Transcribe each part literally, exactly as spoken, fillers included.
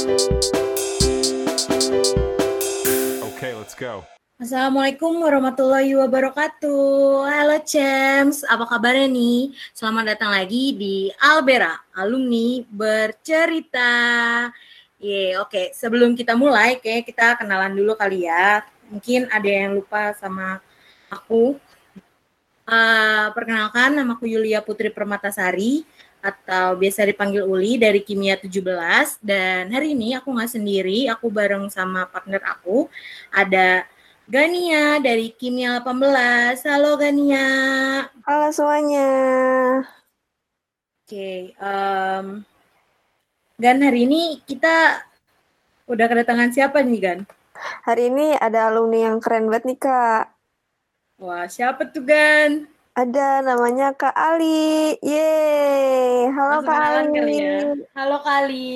Okay, let's go. Assalamualaikum warahmatullahi wabarakatuh. Halo Chems, apa kabarnya nih? Selamat datang lagi di Albera, alumni bercerita. Ye, oke. Okay. Sebelum kita mulai, kayak kita kenalan dulu kali ya. Mungkin ada yang lupa sama aku. Uh, perkenalkan, namaku Yulia Putri Permatasari atau biasa dipanggil Uli dari Kimia tujuh belas. Dan hari ini aku nggak sendiri, aku bareng sama partner aku. Ada Gania dari Kimia delapan belas. Halo Gania. Halo semuanya. Oke, okay, um, Gan, hari ini kita udah kedatangan siapa nih, Gan? Hari ini ada alumni yang keren banget nih, Kak. Wah, siapa tuh, Gan? Ada, namanya Kak Ali. Yeay, halo Langsung Kak Ali. Kali ya. Halo Kak Ali.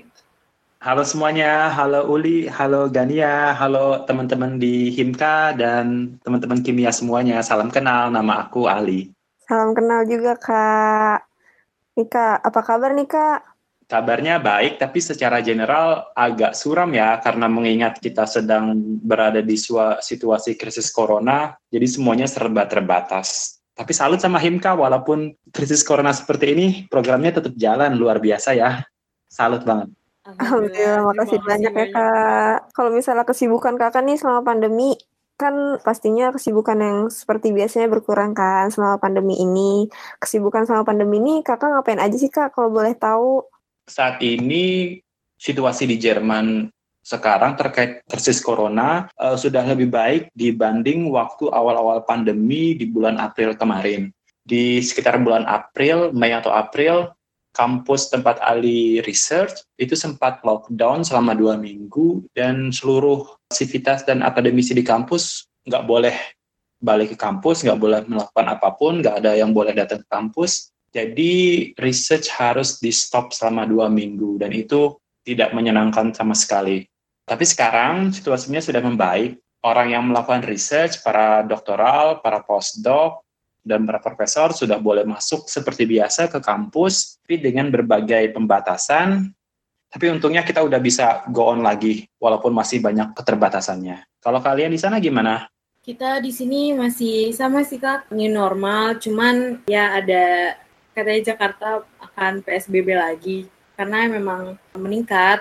Halo semuanya, halo Uli, halo Gania, halo teman-teman di Himka dan teman-teman kimia semuanya. Salam kenal, nama aku Ali. Salam kenal juga Kak. Nih Kak, apa kabar nih Kak? Kabarnya baik, tapi secara general agak suram ya, karena mengingat kita sedang berada di situasi krisis corona, jadi semuanya serba terbatas. Tapi salut sama Himka, walaupun krisis corona seperti ini, programnya tetap jalan, luar biasa ya. Salut banget. Alhamdulillah, makasih banyak, banyak ya Kak. Kalau misalnya kesibukan Kakak nih selama pandemi, kan pastinya kesibukan yang seperti biasanya berkurang kan selama pandemi ini. Kesibukan selama pandemi ini Kakak ngapain aja sih Kak, kalau boleh tahu? Saat ini situasi di Jerman sekarang terkait krisis corona uh, sudah lebih baik dibanding waktu awal-awal pandemi di bulan April kemarin. Di sekitar bulan April, Mei atau April, kampus tempat Ali research itu sempat lockdown selama dua minggu dan seluruh aktivitas dan akademisi di kampus nggak boleh balik ke kampus, nggak boleh melakukan apapun, nggak ada yang boleh datang ke kampus. Jadi research harus di stop selama dua minggu dan itu tidak menyenangkan sama sekali. Tapi sekarang situasinya sudah membaik. Orang yang melakukan research, para doktoral, para postdoc, dan para profesor sudah boleh masuk seperti biasa ke kampus, tapi dengan berbagai pembatasan. Tapi untungnya kita udah bisa go on lagi, walaupun masih banyak keterbatasannya. Kalau kalian di sana gimana? Kita di sini masih sama sih Kak, new normal, cuman ya ada katanya Jakarta akan P S B B lagi, karena memang meningkat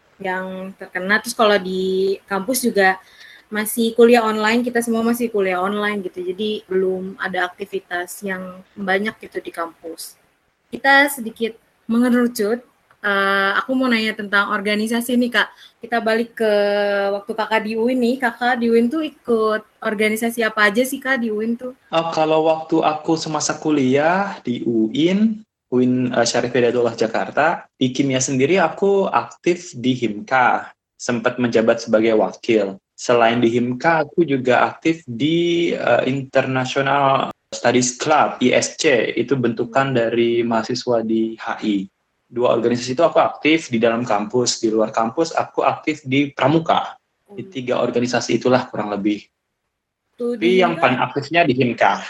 yang terkena. Terus kalau di kampus juga masih kuliah online, kita semua masih kuliah online gitu, jadi belum ada aktivitas yang banyak gitu di kampus. Kita sedikit mengerucut, uh, aku mau nanya tentang organisasi nih Kak. Kita balik ke waktu Kakak di U I N nih, Kakak di U I N tuh ikut organisasi apa aja sih Kak di U I N tuh? Oh, kalau waktu aku semasa kuliah di U I N, U I N uh, Syarif Hidayatullah Jakarta, di kimia sendiri aku aktif di Himka, sempat menjabat sebagai wakil. Selain di Himka, aku juga aktif di uh, International Studies Club, I S C, itu bentukan dari mahasiswa di H I. Dua organisasi itu aku aktif di dalam kampus, di luar kampus aku aktif di Pramuka. Di tiga organisasi itulah kurang lebih. Tuh, Tapi yang paling aktifnya di Himka.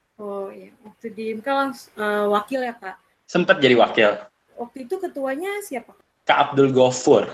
Oh iya, waktu di Himka langsung uh, wakil ya Kak? Sempat jadi wakil. Waktu itu ketuanya siapa? Kak Abdul Ghafur.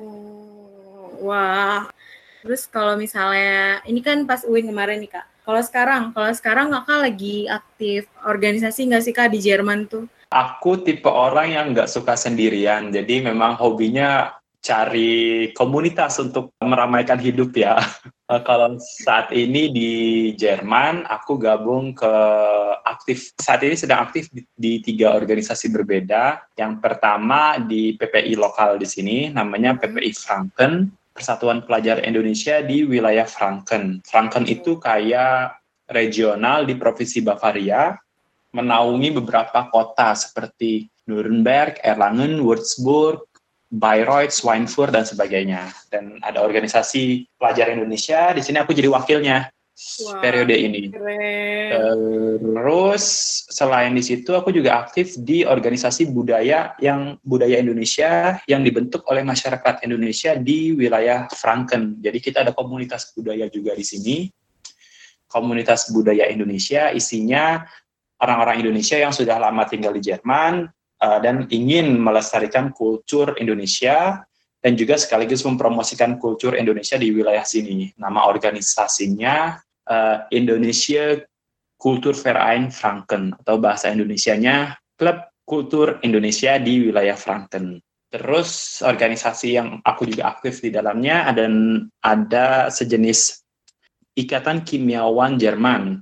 Oh, wah. Terus kalau misalnya, ini kan pas U I N kemarin nih Kak, kalau sekarang, kalau sekarang Kakak lagi aktif organisasi nggak sih Kak di Jerman tuh? Aku tipe orang yang nggak suka sendirian, jadi memang hobinya cari komunitas untuk meramaikan hidup ya. Kalau saat ini di Jerman, aku gabung ke aktif, saat ini sedang aktif di, di tiga organisasi berbeda. Yang pertama di P P I lokal di sini, namanya P P I Franken, Persatuan Pelajar Indonesia di wilayah Franken. Franken itu kayak regional di Provinsi Bavaria, menaungi beberapa kota seperti Nuremberg, Erlangen, Würzburg, Bayreuth, Schweinfurt, dan sebagainya. Dan ada organisasi pelajar Indonesia, di sini aku jadi wakilnya. Wow, periode ini. Keren. Terus selain di situ aku juga aktif di organisasi budaya yang budaya Indonesia yang dibentuk oleh masyarakat Indonesia di wilayah Franken. Jadi kita ada komunitas budaya juga di sini. Komunitas budaya Indonesia isinya orang-orang Indonesia yang sudah lama tinggal di Jerman uh, dan ingin melestarikan kultur Indonesia dan juga sekaligus mempromosikan kultur Indonesia di wilayah sini. Nama organisasinya uh, Indonesia Kulturverein Franken, atau bahasa Indonesianya Klub Kultur Indonesia di wilayah Franken. Terus organisasi yang aku juga aktif di dalamnya ada, ada sejenis Ikatan Kimiawan Jerman,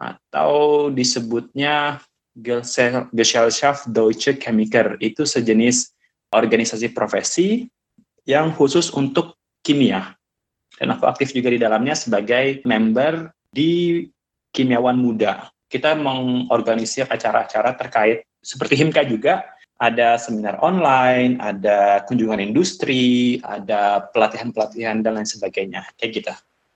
atau disebutnya Gesellschaft Deutsche Chemiker. Itu sejenis organisasi profesi yang khusus untuk kimia. Dan aku aktif juga di dalamnya sebagai member di Kimiawan Muda. Kita mengorganisir acara-acara terkait, seperti Himka juga, ada seminar online, ada kunjungan industri, ada pelatihan-pelatihan, dan lain sebagainya. Kayak gitu.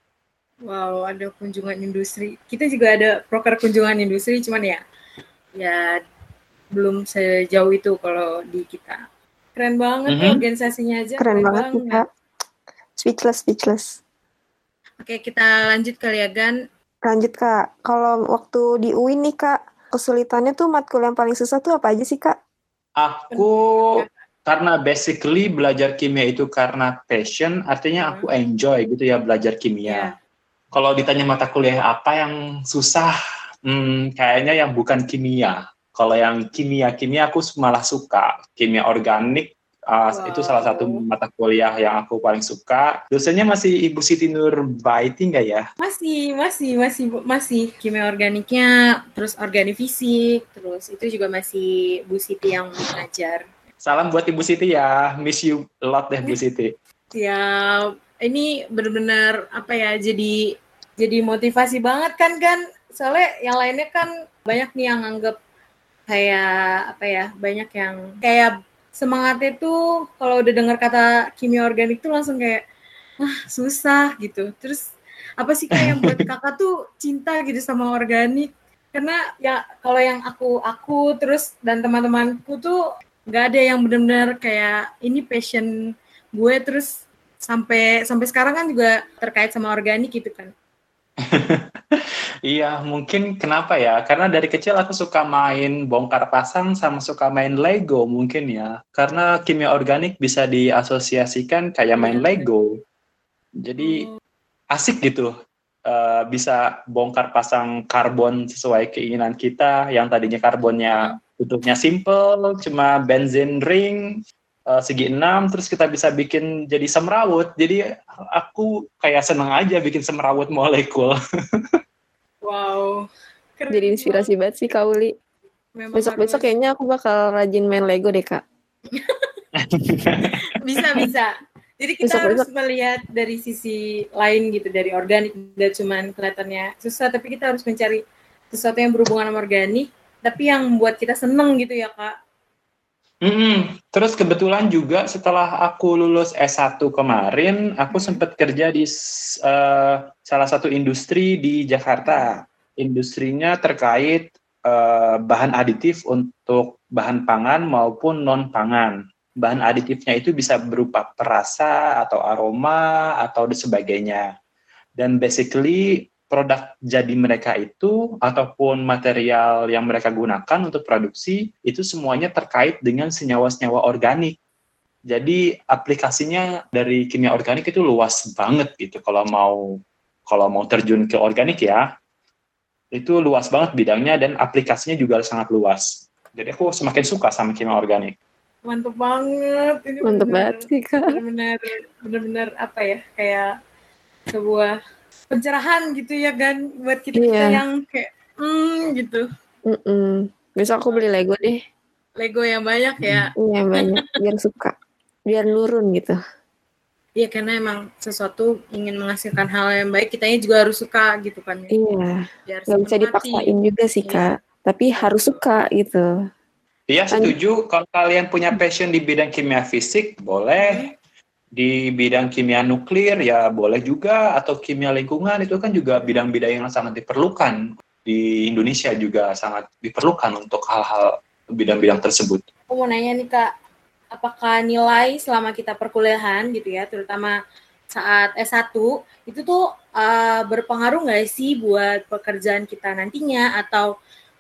Wow, ada kunjungan industri. Kita juga ada proker kunjungan industri, cuman ya, ya belum sejauh itu kalau di kita. Keren banget mm-hmm. organisasinya aja. Keren, keren banget, banget. Kak. Speechless, speechless. Oke, kita lanjut kali ya, Gan. Lanjut, Kak. Kalau waktu di U I nih, Kak, kesulitannya tuh matkul yang paling susah tuh apa aja sih, Kak? Aku, karena basically belajar kimia itu karena passion, artinya aku enjoy gitu ya belajar kimia. Yeah. Kalau ditanya mata kuliah apa yang susah, hmm, kayaknya yang bukan kimia. Kalau yang kimia-kimia aku malah suka. Kimia organik, uh, wow. itu salah satu mata kuliah yang aku paling suka. Dosennya masih Ibu Siti Nurbaiti nggak ya? Masih, masih, masih, masih. Kimia organiknya, terus organik fisik, terus itu juga masih Bu Siti yang mengajar. Salam buat Ibu Siti ya, miss you a lot deh Bu Siti. Ya, ini benar-benar apa ya, jadi jadi motivasi banget kan kan. Soalnya yang lainnya kan banyak nih yang anggap kayak apa ya, banyak yang kayak semangatnya tuh kalau udah dengar kata kimia organik tuh langsung kayak ah susah gitu. Terus apa sih kayak yang buat kakak tuh cinta gitu sama organik? Karena ya kalau yang aku aku terus dan teman-temanku tuh nggak ada yang benar-benar kayak ini passion gue, terus sampai sampai sekarang kan juga terkait sama organik gitu kan. Iya, mungkin kenapa ya? Karena dari kecil aku suka main bongkar pasang sama suka main Lego mungkin ya. Karena kimia organik bisa diasosiasikan kayak main Lego. Jadi asik gitu. Uh, bisa bongkar pasang karbon sesuai keinginan kita. Yang tadinya karbonnya bentuknya simple, cuma bensin ring uh, segi enam, terus kita bisa bikin jadi semrawut. Jadi aku kayak seneng aja bikin semrawut molekul. Wow. Keren. Jadi inspirasi banget sih Kak Uli. Besok-besok kayaknya aku bakal rajin main Lego deh, Kak. Bisa-bisa. Jadi kita besok, harus besok. melihat dari sisi lain gitu, dari organik. Gak cuman kelihatannya susah, tapi kita harus mencari sesuatu yang berhubungan sama organik, tapi yang membuat kita seneng gitu ya, Kak. Mm-hmm. Terus kebetulan juga setelah aku lulus S satu kemarin, aku hmm. sempat kerja di uh, salah satu industri di Jakarta. Industrinya terkait uh, bahan aditif untuk bahan pangan maupun non-pangan. Bahan aditifnya itu bisa berupa perasa atau aroma atau sebagainya. Dan basically produk jadi mereka itu ataupun material yang mereka gunakan untuk produksi itu semuanya terkait dengan senyawa-senyawa organik. Jadi aplikasinya dari kimia organik itu luas banget gitu. Kalau mau kalau mau terjun ke organik ya, itu luas banget bidangnya dan aplikasinya juga sangat luas. Jadi aku semakin suka sama kimia organik. Mantap banget. Ini Mantap banget sih, Kak. Benar-benar benar-benar apa ya, kayak sebuah pencerahan gitu ya kan buat kita, yeah. kita yang kayak hmm gitu. Mm-mm. Besok aku beli Lego deh. Lego yang banyak ya. Iya banyak biar suka, biar nurun gitu. Iya karena emang sesuatu ingin menghasilkan hal yang baik, kitanya juga harus suka gitu kan. Iya. Gak bisa dipaksain juga sih Kak, iya. Tapi harus suka gitu. Iya setuju. Kalau kalian punya passion di bidang kimia fisik boleh. Hmm. Di bidang kimia nuklir ya boleh juga, atau kimia lingkungan itu kan juga bidang-bidang yang sangat diperlukan di Indonesia, juga sangat diperlukan untuk hal-hal bidang-bidang tersebut. Aku mau nanya nih Kak, apakah nilai selama kita perkuliahan gitu ya, terutama saat S satu itu tuh uh, berpengaruh nggak sih buat pekerjaan kita nantinya, atau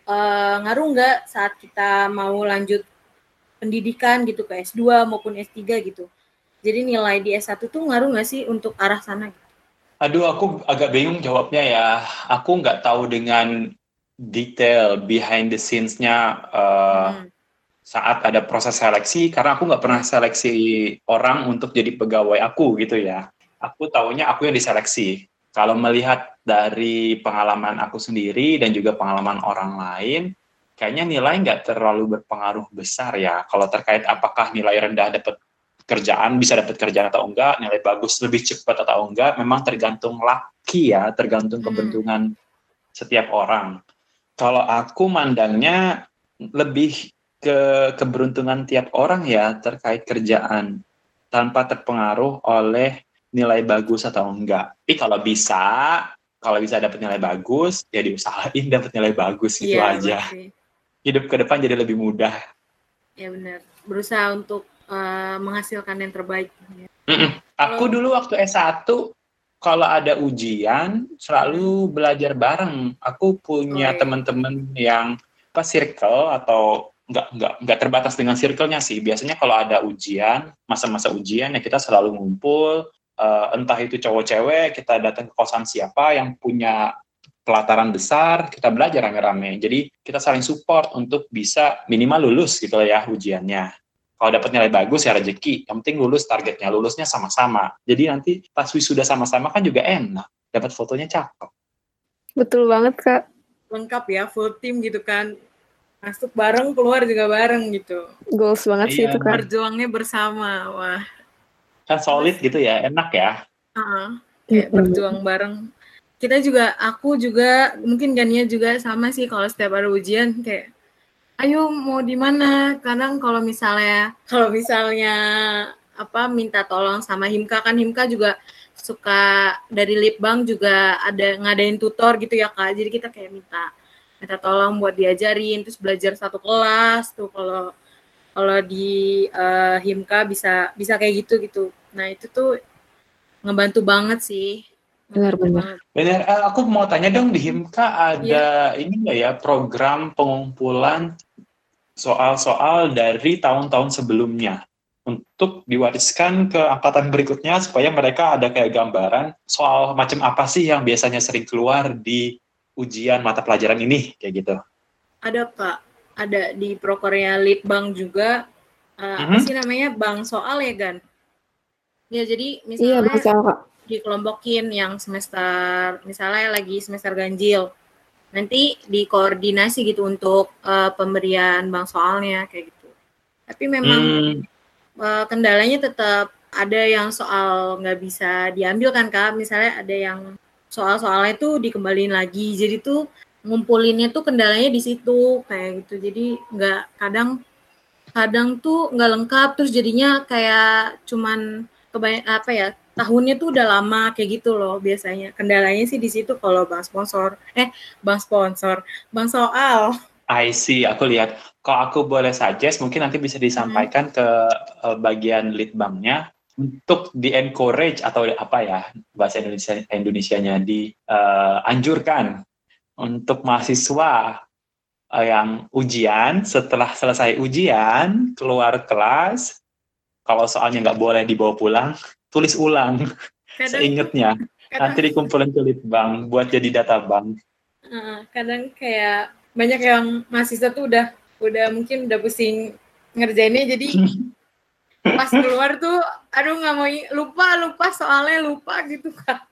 uh, ngaruh nggak saat kita mau lanjut pendidikan gitu ke S dua maupun S tiga gitu? Jadi nilai di S satu tuh ngaruh nggak sih untuk arah sana? Aduh, aku agak bingung jawabnya ya. Aku nggak tahu dengan detail behind the scenes-nya uh, hmm. saat ada proses seleksi, karena aku nggak pernah seleksi orang untuk jadi pegawai aku gitu ya. Aku taunya aku yang diseleksi. Kalau melihat dari pengalaman aku sendiri dan juga pengalaman orang lain, kayaknya nilai nggak terlalu berpengaruh besar ya. Kalau terkait apakah nilai rendah dapat kerjaan, bisa dapat kerjaan atau enggak, nilai bagus lebih cepat atau enggak, memang tergantung laki ya, tergantung keberuntungan hmm. setiap orang. Kalau aku mandangnya lebih ke keberuntungan tiap orang ya terkait kerjaan, tanpa terpengaruh oleh nilai bagus atau enggak. Tapi kalau bisa, kalau bisa dapat nilai bagus, ya diusahain dapat nilai bagus gitu ya, aja. Berarti. Hidup ke depan jadi lebih mudah. Ya benar. Berusaha untuk uh, menghasilkan yang terbaik. Mm-mm. Aku dulu waktu S satu, kalau ada ujian, selalu belajar bareng. Aku punya oh, iya. teman-teman yang apa circle atau nggak nggak nggak terbatas dengan circle-nya sih. Biasanya kalau ada ujian, masa-masa ujian ya kita selalu ngumpul. Uh, entah itu cowok-cewek, kita datang ke kosan siapa yang punya pelataran besar, kita belajar rame-rame. Jadi kita saling support untuk bisa minimal lulus gitu ya ujiannya. Kalau dapat nilai bagus ya rezeki, yang penting lulus, targetnya lulusnya sama-sama. Jadi nanti pas wisuda sama-sama kan juga enak, dapat fotonya cakep. Betul banget Kak. Lengkap ya, full team gitu kan. Masuk bareng, keluar juga bareng gitu. Goals banget iya. sih itu Kak. Berjuangnya bersama, wah. Kan solid gitu ya, enak ya. Uh-uh, kayak mm-hmm. berjuang bareng. Kita juga, aku juga, mungkin Gania juga sama sih kalau setiap ada ujian kayak, ayo mau di mana? Kadang kalau misalnya, kalau misalnya apa minta tolong sama Himka, kan Himka juga suka dari Litbang juga ada ngadain tutor gitu ya Kak. Jadi kita kayak minta minta tolong buat diajarin, terus belajar satu kelas tuh kalau kalau di uh, Himka bisa bisa kayak gitu gitu. Nah itu tuh ngebantu banget sih. Benar-benar. Benar. Aku mau tanya dong, di Himka ada yeah. ini nggak ya program pengumpulan soal-soal dari tahun-tahun sebelumnya untuk diwariskan ke angkatan berikutnya supaya mereka ada kayak gambaran soal macam apa sih yang biasanya sering keluar di ujian mata pelajaran ini kayak gitu. Ada Kak. Ada di Prokorea Litbang juga uh, mm-hmm. apa sih namanya bang soal ya Gan? Ya jadi misalnya iya, soal, dikelompokin yang semester misalnya lagi semester ganjil, nanti dikoordinasi gitu untuk uh, pemberian bang soalnya kayak gitu. Tapi memang mm. uh, kendalanya tetap ada yang soal nggak bisa diambil kan Kak, misalnya ada yang soal-soalnya tuh dikembaliin lagi, jadi tuh ngumpulinnya tuh kendalanya di situ kayak gitu. Jadi nggak kadang kadang tuh nggak lengkap, terus jadinya kayak cuman kebanyakan apa ya tahunnya tuh udah lama kayak gitu loh biasanya. Kendalanya sih di situ kalau bang sponsor eh bang sponsor bang soal. I see, aku lihat. Kalau aku boleh suggest, mungkin nanti bisa disampaikan hmm. ke uh, bagian Litbangnya untuk di-encourage atau apa ya bahasa Indonesia Indonesianya dianjurkan uh, untuk mahasiswa uh, yang ujian, setelah selesai ujian, keluar kelas, kalau soalnya nggak boleh dibawa pulang, tulis ulang kadang, seingetnya. Kadang, nanti dikumpulin ke Litbang buat jadi data bank. Uh, kadang kayak banyak yang mahasiswa tuh udah, udah mungkin udah pusing ngerjainnya, jadi pas keluar tuh, aduh nggak mau, lupa, lupa soalnya lupa gitu Kak.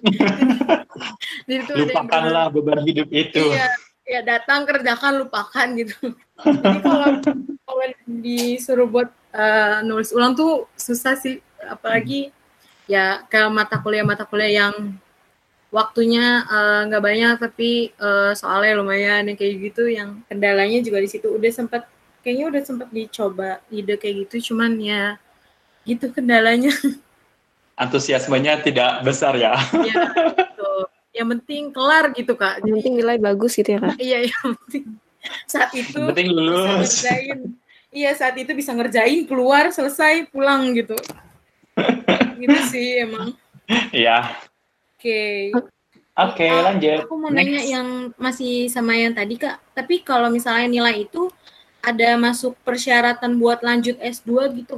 Lupakanlah beban hidup itu. Iya, ya datang kerjakan lupakan gitu. Jadi kalau kalau disuruh buat uh, nulis ulang tuh susah sih, apalagi ya ke mata kuliah mata kuliah yang waktunya nggak uh, banyak tapi uh, soalnya lumayan yang kayak gitu, yang kendalanya juga di situ. Udah sempat kayaknya udah sempat dicoba ide kayak gitu, cuman ya gitu kendalanya. Antusiasmenya tidak besar ya. Iya, gitu. Yang penting kelar gitu Kak. Yang penting nilai bagus gitu ya Kak. Iya, yang penting saat itu yang penting lulus. Bisa ngerjain. Iya, saat itu bisa ngerjain, keluar, selesai, pulang gitu. Gitu sih emang. Iya. Oke. Okay. Oke, okay, lanjut. Aku mau Next. nanya yang masih sama yang tadi Kak. Tapi kalau misalnya nilai itu ada masuk persyaratan buat lanjut S dua gitu nggak?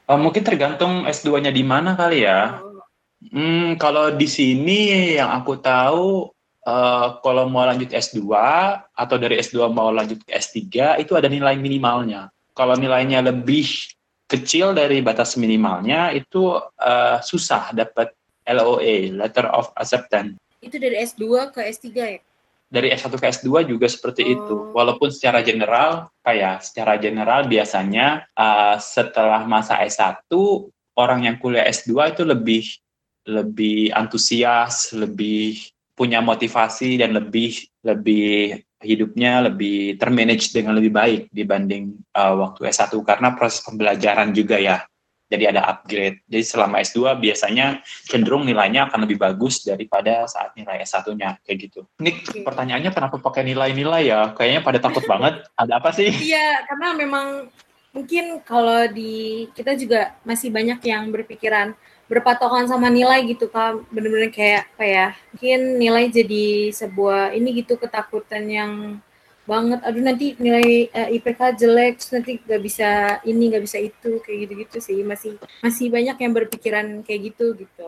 Uh, mungkin tergantung S dua-nya di mana kali ya. Oh. Hmm, kalau di sini yang aku tahu, uh, kalau mau lanjut S dua atau dari S dua mau lanjut ke S tiga itu ada nilai minimalnya. Kalau nilainya lebih kecil dari batas minimalnya itu uh, susah dapat L O A, Letter of Acceptance. Itu dari S dua ke S tiga ya? Dari S satu ke S dua juga seperti Oh. itu. Walaupun secara general, kayak secara general biasanya uh, setelah masa S satu, orang yang kuliah S dua itu lebih lebih antusias, lebih punya motivasi dan lebih lebih hidupnya lebih termanage dengan lebih baik dibanding uh, waktu S satu karena proses pembelajaran juga ya. Jadi ada upgrade. Jadi selama S dua biasanya cenderung nilainya akan lebih bagus daripada saat nilai S satu-nya kayak gitu. Ini Okay. pertanyaannya kenapa pakai nilai-nilai ya? Kayaknya pada takut banget. Ada apa sih? Iya, karena memang mungkin kalau di kita juga masih banyak yang berpikiran berpatokan sama nilai gitu kan, bener-bener kayak apa ya? Mungkin nilai jadi sebuah ini gitu ketakutan yang banget, aduh nanti nilai uh, I P K jelek, terus nanti nggak bisa ini nggak bisa itu kayak gitu-gitu sih, masih masih banyak yang berpikiran kayak gitu gitu.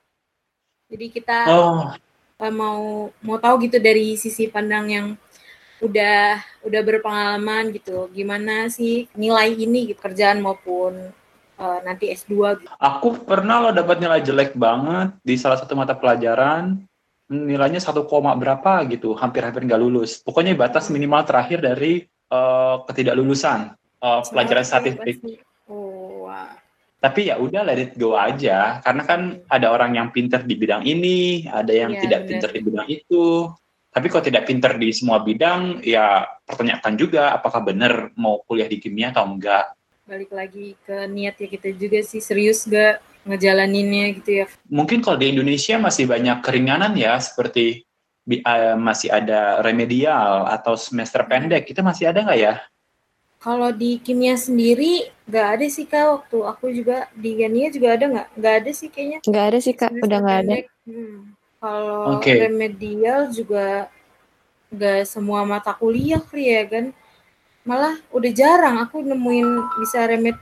Jadi kita Oh. uh, mau mau tahu gitu dari sisi pandang yang udah udah berpengalaman gitu, gimana sih nilai ini gitu, kerjaan maupun uh, nanti S dua gitu. Aku pernah loh dapat nilai jelek banget di salah satu mata pelajaran. Nilainya satu koma berapa gitu, hampir-hampir nggak lulus. Pokoknya batas minimal terakhir dari uh, ketidaklulusan uh, pelajaran statistik. Oh, wow. Tapi ya udah let it go aja, karena kan ada orang yang pintar di bidang ini, ada yang Iya, tidak benar. pintar di bidang itu. Tapi kalau tidak pintar di semua bidang, ya pertanyakan juga apakah benar mau kuliah di kimia atau enggak. Balik lagi ke niat ya kita juga sih, serius gak ngejalaninnya gitu ya. Mungkin kalau di Indonesia masih banyak keringanan ya, seperti uh, masih ada remedial atau semester pendek, itu masih ada nggak ya? Kalau di kimia sendiri nggak ada sih Kak, waktu aku juga di Gania juga ada nggak? Nggak ada sih kayaknya. Nggak ada sih Kak, Semester udah nggak ada. Hmm. Kalau Okay. remedial juga nggak semua mata kuliah kali ya kan. Malah udah jarang aku nemuin bisa remed.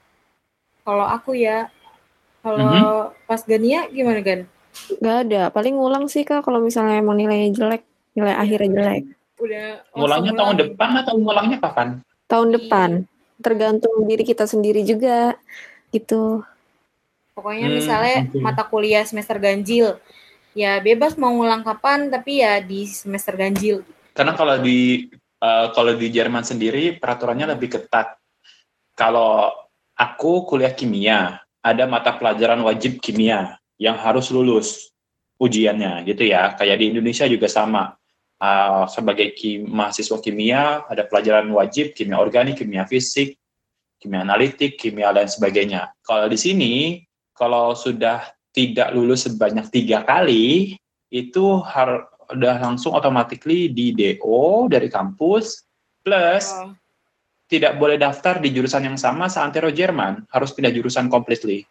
Kalau aku ya, kalau mm-hmm. pas Gania gimana Gan? Nggak ada, paling ngulang sih Kak kalau misalnya emang nilainya jelek, nilai ya, akhirnya jelek. Udah. Ngulangnya tahun depan atau ngulangnya kapan? Tahun di... depan, tergantung diri kita sendiri juga, gitu. Pokoknya hmm, misalnya okay. mata kuliah semester ganjil, ya bebas mau ngulang kapan, tapi ya di semester ganjil. Karena kalau di uh, kalau di Jerman sendiri peraturannya hmm. lebih ketat. Kalau aku kuliah kimia, ada mata pelajaran wajib kimia yang harus lulus ujiannya, gitu ya. Kayak di Indonesia juga sama. Uh, sebagai kim- mahasiswa kimia, ada pelajaran wajib kimia organik, kimia fisik, kimia analitik, kimia dan sebagainya. Kalau di sini, kalau sudah tidak lulus sebanyak tiga kali, itu harus udah langsung automatically di D O dari kampus, plus oh. tidak boleh daftar di jurusan yang sama seantero Jerman, harus pindah jurusan completely.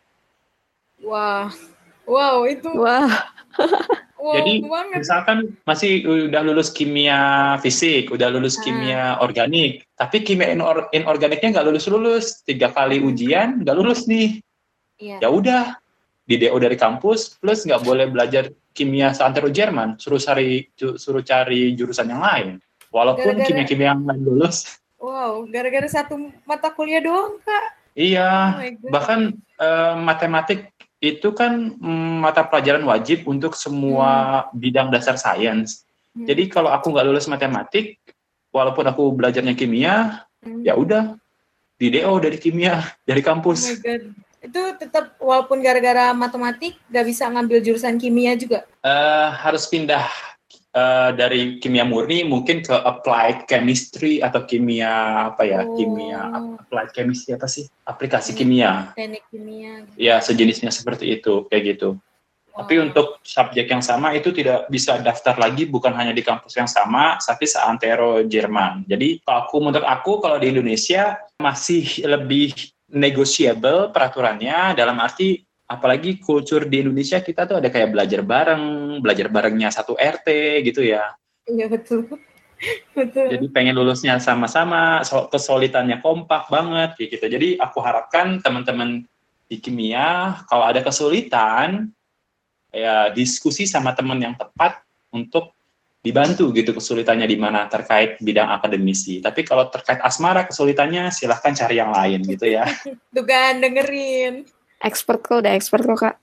Wah, wow itu. Wah. Wow, jadi banget. Misalkan masih udah lulus kimia fisik, udah lulus ah. kimia organik, tapi kimia inor- inorganiknya nggak lulus-lulus, tiga kali ujian nggak lulus nih. Iya. Ya udah di D O dari kampus, plus nggak boleh belajar kimia seantero Jerman, suruh cari suruh cari jurusan yang lain. Walaupun gara-gara, kimia-kimia yang lain lulus. Wow, gara-gara satu mata kuliah doang, Kak. Iya, oh bahkan uh, matematik itu kan mm, mata pelajaran wajib untuk semua hmm. bidang dasar sains. Hmm. Jadi kalau aku nggak lulus matematik, walaupun aku belajarnya kimia, hmm. ya udah di D O dari kimia dari kampus. Oh my God. Itu tetap walaupun gara-gara matematik nggak bisa ngambil jurusan kimia juga? Uh, harus pindah uh, dari kimia murni mungkin ke applied chemistry atau kimia apa ya oh. kimia applied chemistry apa sih aplikasi teknik, kimia teknik kimia gitu. Ya sejenisnya seperti itu kayak gitu. Wow. Tapi untuk subjek yang sama itu tidak bisa daftar lagi, bukan hanya di kampus yang sama tapi seantero Jerman. Jadi kalau aku menurut aku kalau di Indonesia masih lebih negotiable peraturannya, dalam arti apalagi kultur di Indonesia kita tuh ada kayak belajar bareng, belajar barengnya satu R T gitu ya. Iya betul. Betul. Jadi pengen lulusnya sama-sama, kesulitannya kompak banget gitu. Jadi aku harapkan teman-teman di kimia, kalau ada kesulitan, ya diskusi sama teman yang tepat untuk dibantu gitu kesulitannya di mana terkait bidang akademisi. Tapi kalau terkait asmara kesulitannya silahkan cari yang lain gitu ya. Tuh kan, dengerin. Expert kok, udah expert kok Kak.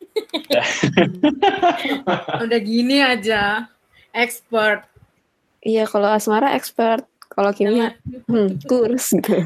Udah gini aja, expert. Iya, kalau asmara expert. Kalau kimia, hmm, kurs gitu.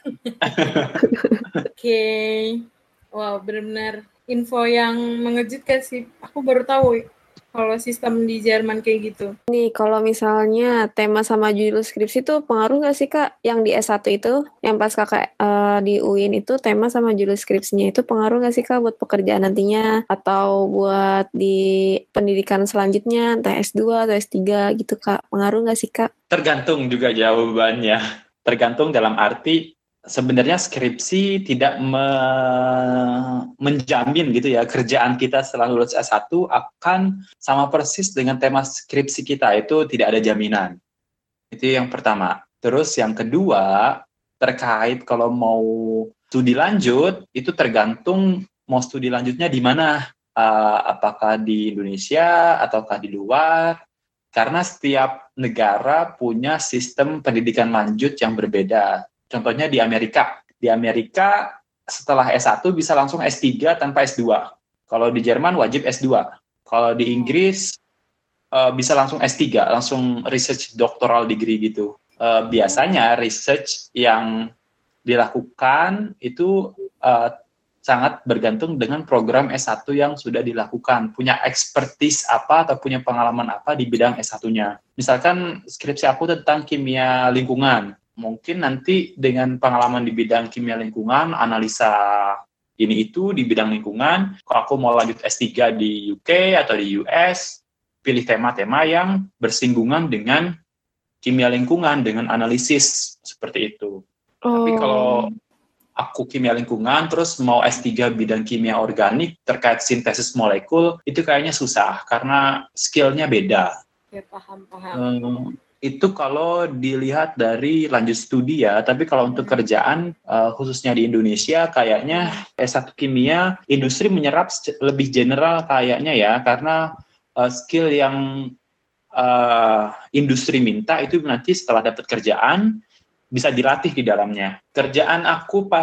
Oke. Okay. Wow, benar-benar info yang mengejutkan sih. Aku baru tahu kalau sistem di Jerman kayak gitu. Nih, kalau misalnya tema sama judul skripsi itu pengaruh nggak sih Kak? Yang di S satu itu, yang pas Kakak uh, di U I N itu tema sama judul skripsinya itu pengaruh nggak sih Kak buat pekerjaan nantinya? Atau buat di pendidikan selanjutnya, entah S dua atau S tiga gitu Kak? Pengaruh nggak sih Kak? Tergantung juga jawabannya. Tergantung dalam arti sebenarnya skripsi tidak me- menjamin gitu ya kerjaan kita setelah lulus S satu akan sama persis dengan tema skripsi kita, itu tidak ada jaminan. Itu yang pertama. Terus yang kedua, terkait kalau mau studi lanjut, itu tergantung mau studi lanjutnya di mana, uh, apakah di Indonesia ataukah di luar, karena setiap negara punya sistem pendidikan lanjut yang berbeda. Contohnya di Amerika. Di Amerika setelah S satu bisa langsung S tiga tanpa S dua. Kalau di Jerman wajib S dua. Kalau di Inggris uh, bisa langsung S tiga, langsung research doctoral degree gitu. Uh, biasanya research yang dilakukan itu uh, sangat bergantung dengan program S satu yang sudah dilakukan. Punya expertise apa atau punya pengalaman apa di bidang S satu-nya. Misalkan skripsi aku tentang kimia lingkungan. Mungkin nanti dengan pengalaman di bidang kimia lingkungan, analisa ini itu di bidang lingkungan, kalau aku mau lanjut S tiga di U K atau di U S, pilih tema-tema yang bersinggungan dengan kimia lingkungan, dengan analisis, seperti itu. Oh. Tapi kalau aku kimia lingkungan, terus mau S tiga bidang kimia organik, terkait sintesis molekul, itu kayaknya susah, karena skill-nya beda. Ya, paham, paham. Hmm, itu kalau dilihat dari lanjut studi ya, tapi kalau untuk kerjaan uh, khususnya di Indonesia kayaknya S satu kimia industri menyerap lebih general kayaknya ya, karena uh, skill yang uh, industri minta itu nanti setelah dapat kerjaan bisa dilatih di dalamnya. Kerjaan aku pas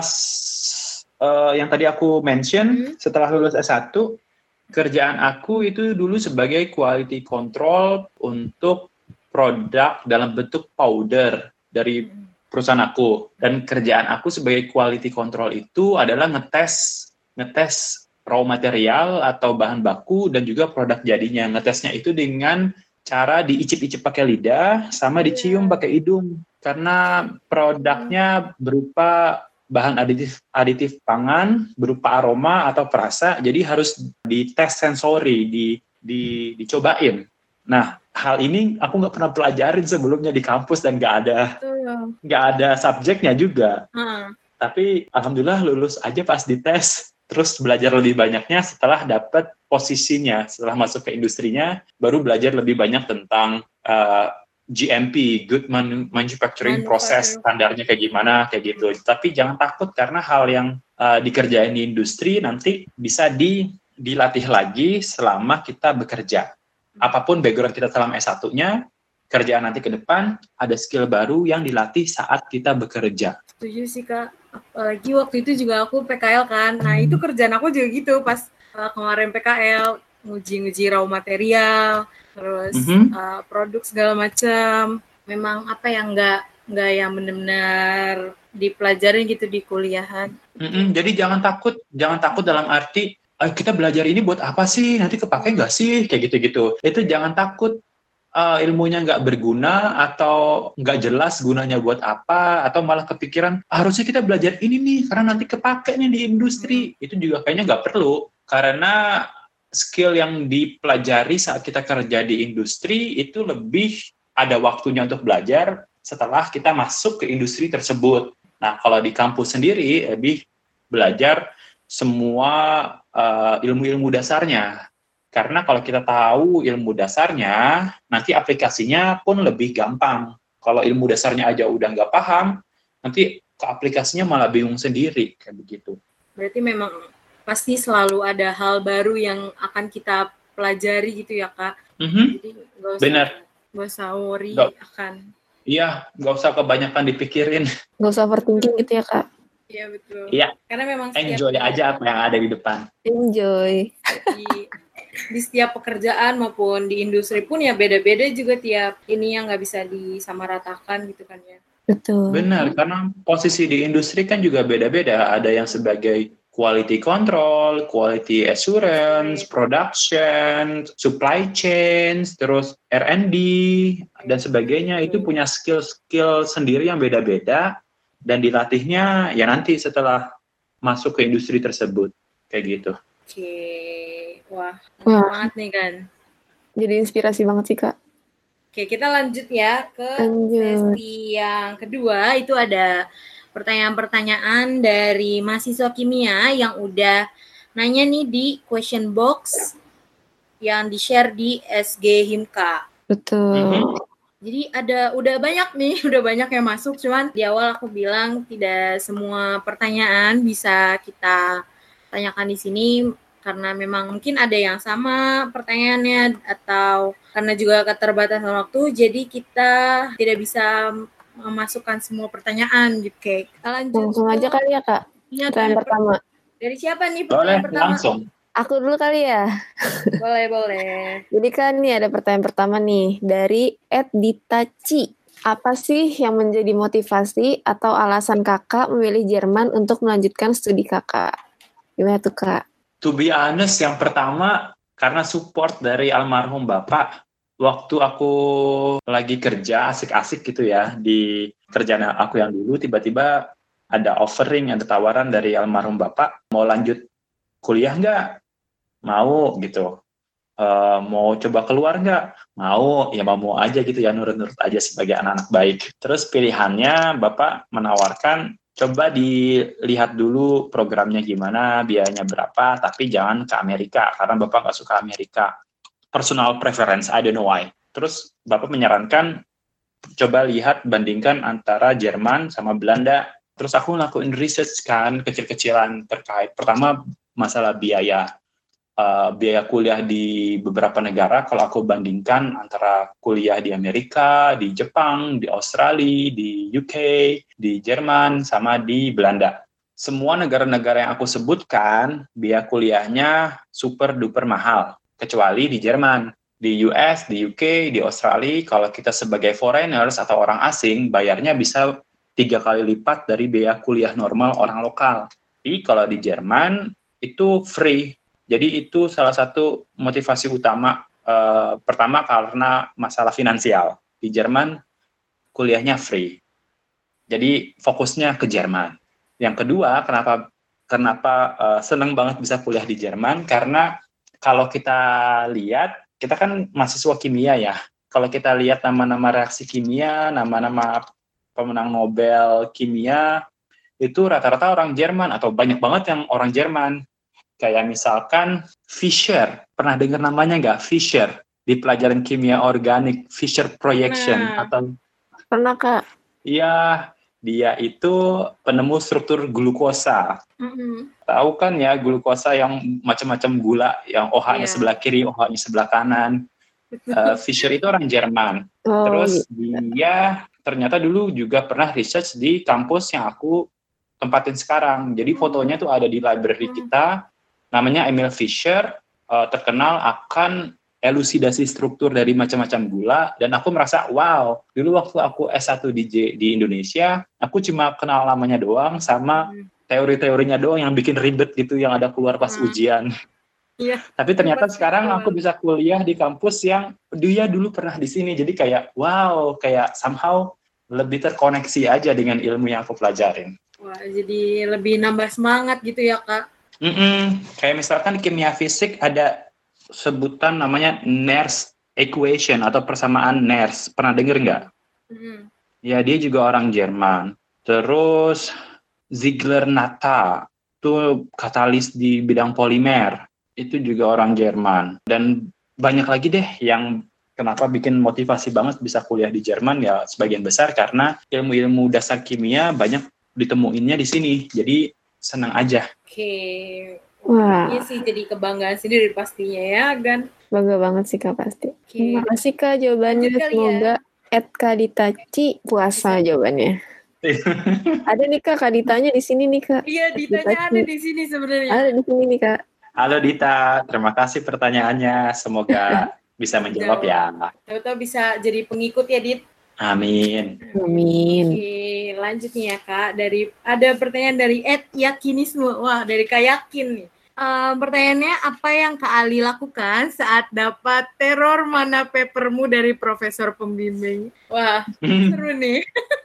uh, yang tadi aku mention setelah lulus S satu, kerjaan aku itu dulu sebagai quality control untuk produk dalam bentuk powder dari perusahaan aku. Dan kerjaan aku sebagai quality control itu adalah ngetes ngetes raw material atau bahan baku dan juga produk jadinya. Ngetesnya itu dengan cara diicip-icip pakai lidah sama dicium pakai hidung. Karena produknya berupa bahan aditif aditif pangan, berupa aroma atau perasa, jadi harus dites sensori, di, di dicobain. Nah, hal ini aku nggak pernah pelajarin sebelumnya di kampus dan nggak ada nggak ada subjeknya juga. Uh. Tapi alhamdulillah lulus aja pas dites, terus belajar lebih banyaknya setelah dapat posisinya, setelah masuk ke industrinya, baru belajar lebih banyak tentang uh, G M P, Good Manufacturing Process, standarnya kayak gimana, kayak gitu. Tapi jangan takut karena hal yang uh, dikerjain di industri nanti bisa di, dilatih lagi selama kita bekerja. Apapun background kita dalam S satu-nya, kerjaan nanti ke depan, ada skill baru yang dilatih saat kita bekerja. Setuju sih Kak, apalagi waktu itu juga aku P K L kan, nah itu kerjaan aku juga gitu, pas uh, kemarin P K L, nguji-nguji raw material, terus mm-hmm. uh, produk segala macam. Memang apa yang nggak nggak yang benar-benar dipelajarin gitu di kuliahan. Mm-hmm. Jadi jangan takut, jangan takut dalam arti kita belajar ini buat apa sih? Nanti kepake nggak sih? Kayak gitu-gitu. Itu jangan takut uh, ilmunya nggak berguna atau nggak jelas gunanya buat apa, atau malah kepikiran harusnya kita belajar ini nih karena nanti kepake nih di industri. Hmm. Itu juga kayaknya nggak perlu, karena skill yang dipelajari saat kita kerja di industri itu lebih ada waktunya untuk belajar setelah kita masuk ke industri tersebut. Nah, kalau di kampus sendiri lebih belajar semua uh, ilmu-ilmu dasarnya. Karena kalau kita tahu ilmu dasarnya, nanti aplikasinya pun lebih gampang. Kalau ilmu dasarnya aja udah nggak paham, nanti ke aplikasinya malah bingung sendiri, kayak begitu. Berarti memang pasti selalu ada hal baru yang akan kita pelajari gitu ya Kak. Mm-hmm. Jadi nggak usah Benar. nggak usah worry Nggak. akan. Iya, nggak usah kebanyakan dipikirin. Nggak usah overthinking gitu ya Kak. Iya betul. Iya. Karena memang enjoy setiap aja apa yang ada di depan. Enjoy. Di, di setiap pekerjaan maupun di industri pun ya beda-beda juga tiap ini yang nggak bisa disamaratakan gitu kan ya. Betul. Benar, karena posisi di industri kan juga beda-beda. Ada yang sebagai quality control, quality assurance, production, supply chain, terus R and D, dan sebagainya. Itu punya skill-skill sendiri yang beda-beda, dan dilatihnya ya nanti setelah masuk ke industri tersebut. Kayak gitu. Oke, wah, Wah. banget nih kan. Jadi inspirasi banget sih Kak. Oke, kita lanjut ya ke Lanjut. sesi yang kedua. Itu ada pertanyaan-pertanyaan dari mahasiswa kimia yang udah nanya nih di question box yang di-share di S G Himka. Betul. Mm-hmm. Jadi ada udah banyak nih, udah banyak yang masuk. Cuman di awal aku bilang tidak semua pertanyaan bisa kita tanyakan di sini karena memang mungkin ada yang sama pertanyaannya atau karena juga keterbatasan waktu, jadi kita tidak bisa memasukkan semua pertanyaan gitu. Oke, kita lanjut. Langsung aja kali ya Kak. Ya, pertanyaan pertama. Dari siapa nih Boleh, pertanyaan pertama? langsung. Aku dulu kali ya. Boleh, boleh. Jadi kan nih ada pertanyaan pertama nih dari Ed Ditaci. Apa sih yang menjadi motivasi atau alasan kakak memilih Jerman untuk melanjutkan studi kakak? Gimana tuh Kak? To be honest, yang pertama karena support dari almarhum bapak. Waktu aku lagi kerja asik-asik gitu ya di kerjaan aku yang dulu, tiba-tiba ada offering, ada tawaran dari almarhum bapak, mau lanjut kuliah nggak? Mau gitu. Uh, mau coba keluar nggak? Mau, ya mau aja gitu ya, nurut-nurut aja sebagai anak-anak baik. Terus pilihannya bapak menawarkan, coba dilihat dulu programnya gimana, biayanya berapa, tapi jangan ke Amerika, karena Bapak nggak suka Amerika. Personal preference, I don't know why. Terus Bapak menyarankan, coba lihat, bandingkan antara Jerman sama Belanda. Terus aku ngelakuin research kan, kecil-kecilan terkait. Pertama, masalah biaya. Uh, biaya kuliah di beberapa negara, kalau aku bandingkan antara kuliah di Amerika, di Jepang, di Australia, di U K, di Jerman, sama di Belanda. Semua negara-negara yang aku sebutkan, biaya kuliahnya super duper mahal, kecuali di Jerman. Di U S, di U K, di Australia, kalau kita sebagai foreigners atau orang asing, bayarnya bisa tiga kali lipat dari biaya kuliah normal orang lokal. Jadi kalau di Jerman, itu free. Jadi itu salah satu motivasi utama, eh, pertama karena masalah finansial. Di Jerman kuliahnya free. Jadi fokusnya ke Jerman. Yang kedua, kenapa kenapa eh, senang banget bisa kuliah di Jerman? Karena kalau kita lihat, kita kan mahasiswa kimia ya. Kalau kita lihat nama-nama reaksi kimia, nama-nama pemenang Nobel kimia, itu rata-rata orang Jerman atau banyak banget yang orang Jerman. Kayak misalkan Fischer, pernah dengar namanya nggak? Fischer, di pelajaran kimia organik, Fischer projection. Nah. Atau Pernah Kak? Iya, dia itu penemu struktur glukosa. Mm-hmm. Tahu kan ya, glukosa yang macam-macam gula, yang O H-nya yeah. sebelah kiri, O H-nya sebelah kanan. uh, Fischer itu orang Jerman. Oh, Terus gitu. Dia ternyata dulu juga pernah research di kampus yang aku tempatin sekarang. Jadi fotonya tuh ada di library mm-hmm. kita. Namanya Emil Fischer, uh, terkenal akan elusidasi struktur dari macam-macam gula, dan aku merasa, wow, dulu waktu aku S satu di, J, di Indonesia, aku cuma kenal namanya doang, sama hmm. teori-teorinya doang yang bikin ribet gitu, yang ada keluar pas hmm. ujian. Yeah. Tapi ternyata sekarang aku bisa kuliah di kampus yang dia dulu pernah di sini, jadi kayak, wow, kayak somehow lebih terkoneksi aja dengan ilmu yang aku pelajarin. Wah, jadi lebih nambah semangat gitu ya, Kak? Mm-mm. Kayak misalkan kimia fisik ada sebutan namanya Nernst equation atau persamaan Nernst. Pernah denger nggak? Mm-hmm. Ya, dia juga orang Jerman. Terus Ziegler-Natta, itu katalis di bidang polimer. Itu juga orang Jerman. Dan banyak lagi deh yang kenapa bikin motivasi banget bisa kuliah di Jerman, ya sebagian besar karena ilmu-ilmu dasar kimia banyak ditemuinnya di sini. Jadi senang aja Oke. Wah. Iya sih, jadi kebanggaan sendiri pastinya ya, Gan. Bangga banget sih Kak pasti. Oke. Terima kasih Kak jawabannya. Semoga ya. Ed Kaditaci puasa bisa. Jawabannya. Ada nih Kak, Kak Ditanya di sini nih Kak. Iya, Ditanya ada di sini sebenarnya. Ada di sini nih Kak. Halo Dita, terima kasih pertanyaannya. Semoga bisa menjawab ya. Tahu-tahu bisa jadi pengikut ya, Dit. Amin. Amin. Oke, lanjut nih ya Kak. Dari ada pertanyaan dari Ed Yakinisme. Wah, dari Kak Yakin nih. Uh, pertanyaannya, apa yang Kak Ali lakukan saat dapat teror mana papermu dari profesor pembimbing? Wah, seru nih.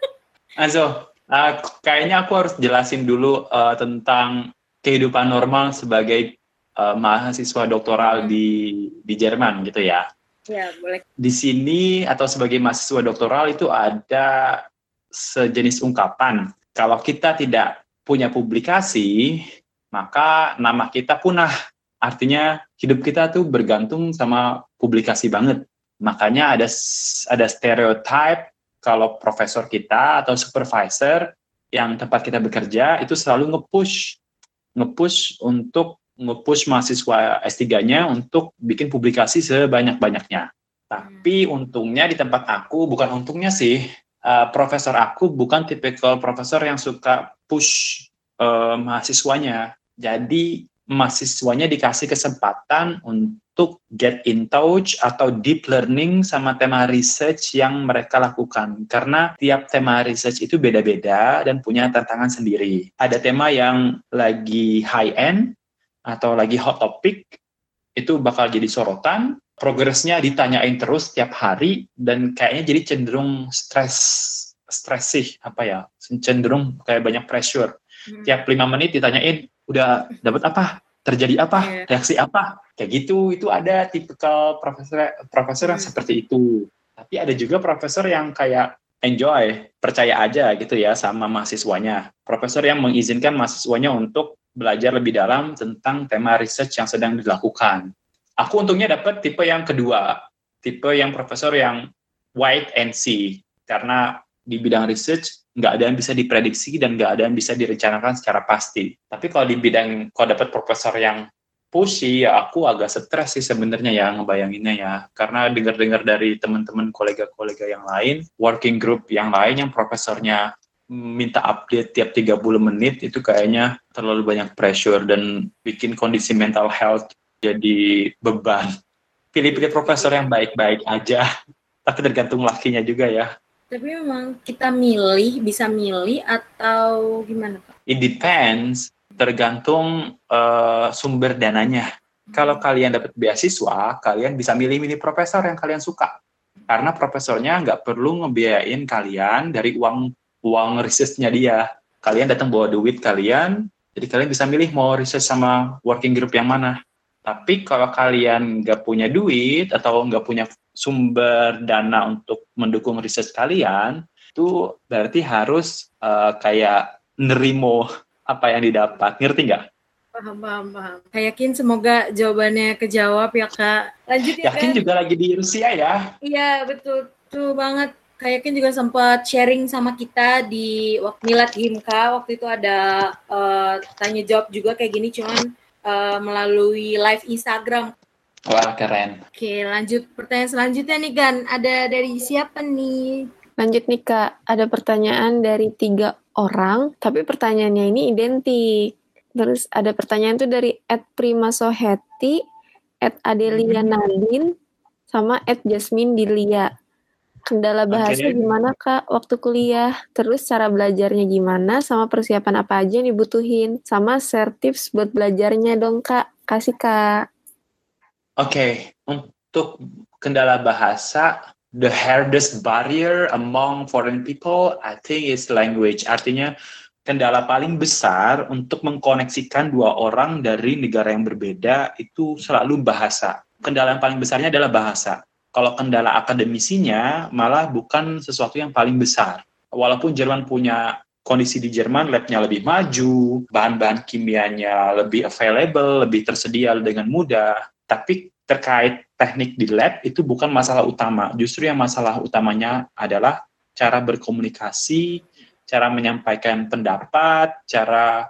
Azo, uh, kayaknya aku harus jelasin dulu uh, tentang kehidupan normal sebagai uh, mahasiswa doktoral hmm. di di Jerman gitu ya. Ya, boleh. Di sini atau sebagai mahasiswa doktoral itu ada sejenis ungkapan. Kalau kita tidak punya publikasi, maka nama kita punah. Artinya hidup kita tuh bergantung sama publikasi banget. Makanya ada ada stereotype kalau profesor kita atau supervisor yang tempat kita bekerja itu selalu nge-push nge-push untuk nge-push mahasiswa S tiga-nya untuk bikin publikasi sebanyak-banyaknya. Tapi untungnya di tempat aku, bukan untungnya sih, uh, profesor aku bukan tipikal profesor yang suka push uh, mahasiswanya. Jadi mahasiswanya dikasih kesempatan untuk get in touch atau deep learning sama tema research yang mereka lakukan. Karena tiap tema research itu beda-beda dan punya tantangan sendiri. Ada tema yang lagi high-end atau lagi hot topic, itu bakal jadi sorotan. Progresnya ditanyain terus tiap hari dan kayaknya jadi cenderung stres, stres sih, apa ya, cenderung kayak banyak pressure. Hmm. Tiap lima menit ditanyain, udah dapat apa, terjadi apa, yeah. reaksi apa, kayak gitu. Itu ada tipikal profesor profesor hmm. yang seperti itu. Tapi ada juga profesor yang kayak enjoy, percaya aja gitu ya sama mahasiswanya. Profesor yang mengizinkan mahasiswanya untuk belajar lebih dalam tentang tema research yang sedang dilakukan. Aku untungnya dapat tipe yang kedua, tipe yang profesor yang wait and see, karena di bidang research nggak ada yang bisa diprediksi dan nggak ada yang bisa direncanakan secara pasti. Tapi kalau di bidang, kalau dapat profesor yang pushy, ya aku agak stres sih sebenarnya ya ngebayanginnya ya, karena dengar-dengar dari teman-teman kolega-kolega yang lain, working group yang lain yang profesornya minta update tiap tiga puluh menit, itu kayaknya terlalu banyak pressure dan bikin kondisi mental health jadi beban. Pilih-pilih profesor yang baik-baik aja, tapi tergantung lakinya juga ya. Tapi memang kita milih, bisa milih atau gimana Pak? It depends, tergantung uh, sumber dananya. Hmm. Kalau kalian dapat beasiswa, kalian bisa milih-milih profesor yang kalian suka. Karena profesornya nggak perlu ngebiayain kalian dari uang uang research-nya dia. Kalian datang bawa duit kalian, jadi kalian bisa milih mau research sama working group yang mana. Tapi kalau kalian nggak punya duit atau nggak punya sumber dana untuk mendukung riset kalian, itu berarti harus uh, kayak nerimo apa yang didapat. Ngerti nggak? Paham, paham, paham. Kak Yakin semoga jawabannya kejawab ya Kak. Lanjut ya Yakin kan? Juga lagi di Rusia ya? Iya, betul. Betul banget. Kak Yakin juga sempat sharing sama kita di waktu Milad Himka. Waktu itu ada uh, tanya jawab juga kayak gini, cuman Uh, melalui live Instagram. Wah, keren. Oke, lanjut pertanyaan selanjutnya nih, Gan. Ada dari siapa nih? Lanjut nih, Kak. Ada pertanyaan dari tiga orang, tapi pertanyaannya ini identik. Terus ada pertanyaan tuh dari at primasoheti, at adelia nadine, sama at jasmine dilia. Kendala bahasa okay. Gimana Kak waktu kuliah? Terus cara belajarnya gimana? Sama persiapan apa aja yang dibutuhin? Sama share tips buat belajarnya dong Kak. Kasih Kak. Oke, okay. Untuk kendala bahasa, the hardest barrier among foreign people, I think is language. Artinya kendala paling besar untuk mengkoneksikan dua orang dari negara yang berbeda itu selalu bahasa. Kendala yang paling besarnya adalah bahasa. Kalau kendala akademisinya malah bukan sesuatu yang paling besar. Walaupun Jerman punya kondisi di Jerman, lab-nya lebih maju, bahan-bahan kimianya lebih available, lebih tersedia dengan mudah, tapi terkait teknik di lab itu bukan masalah utama. Justru yang masalah utamanya adalah cara berkomunikasi, cara menyampaikan pendapat, cara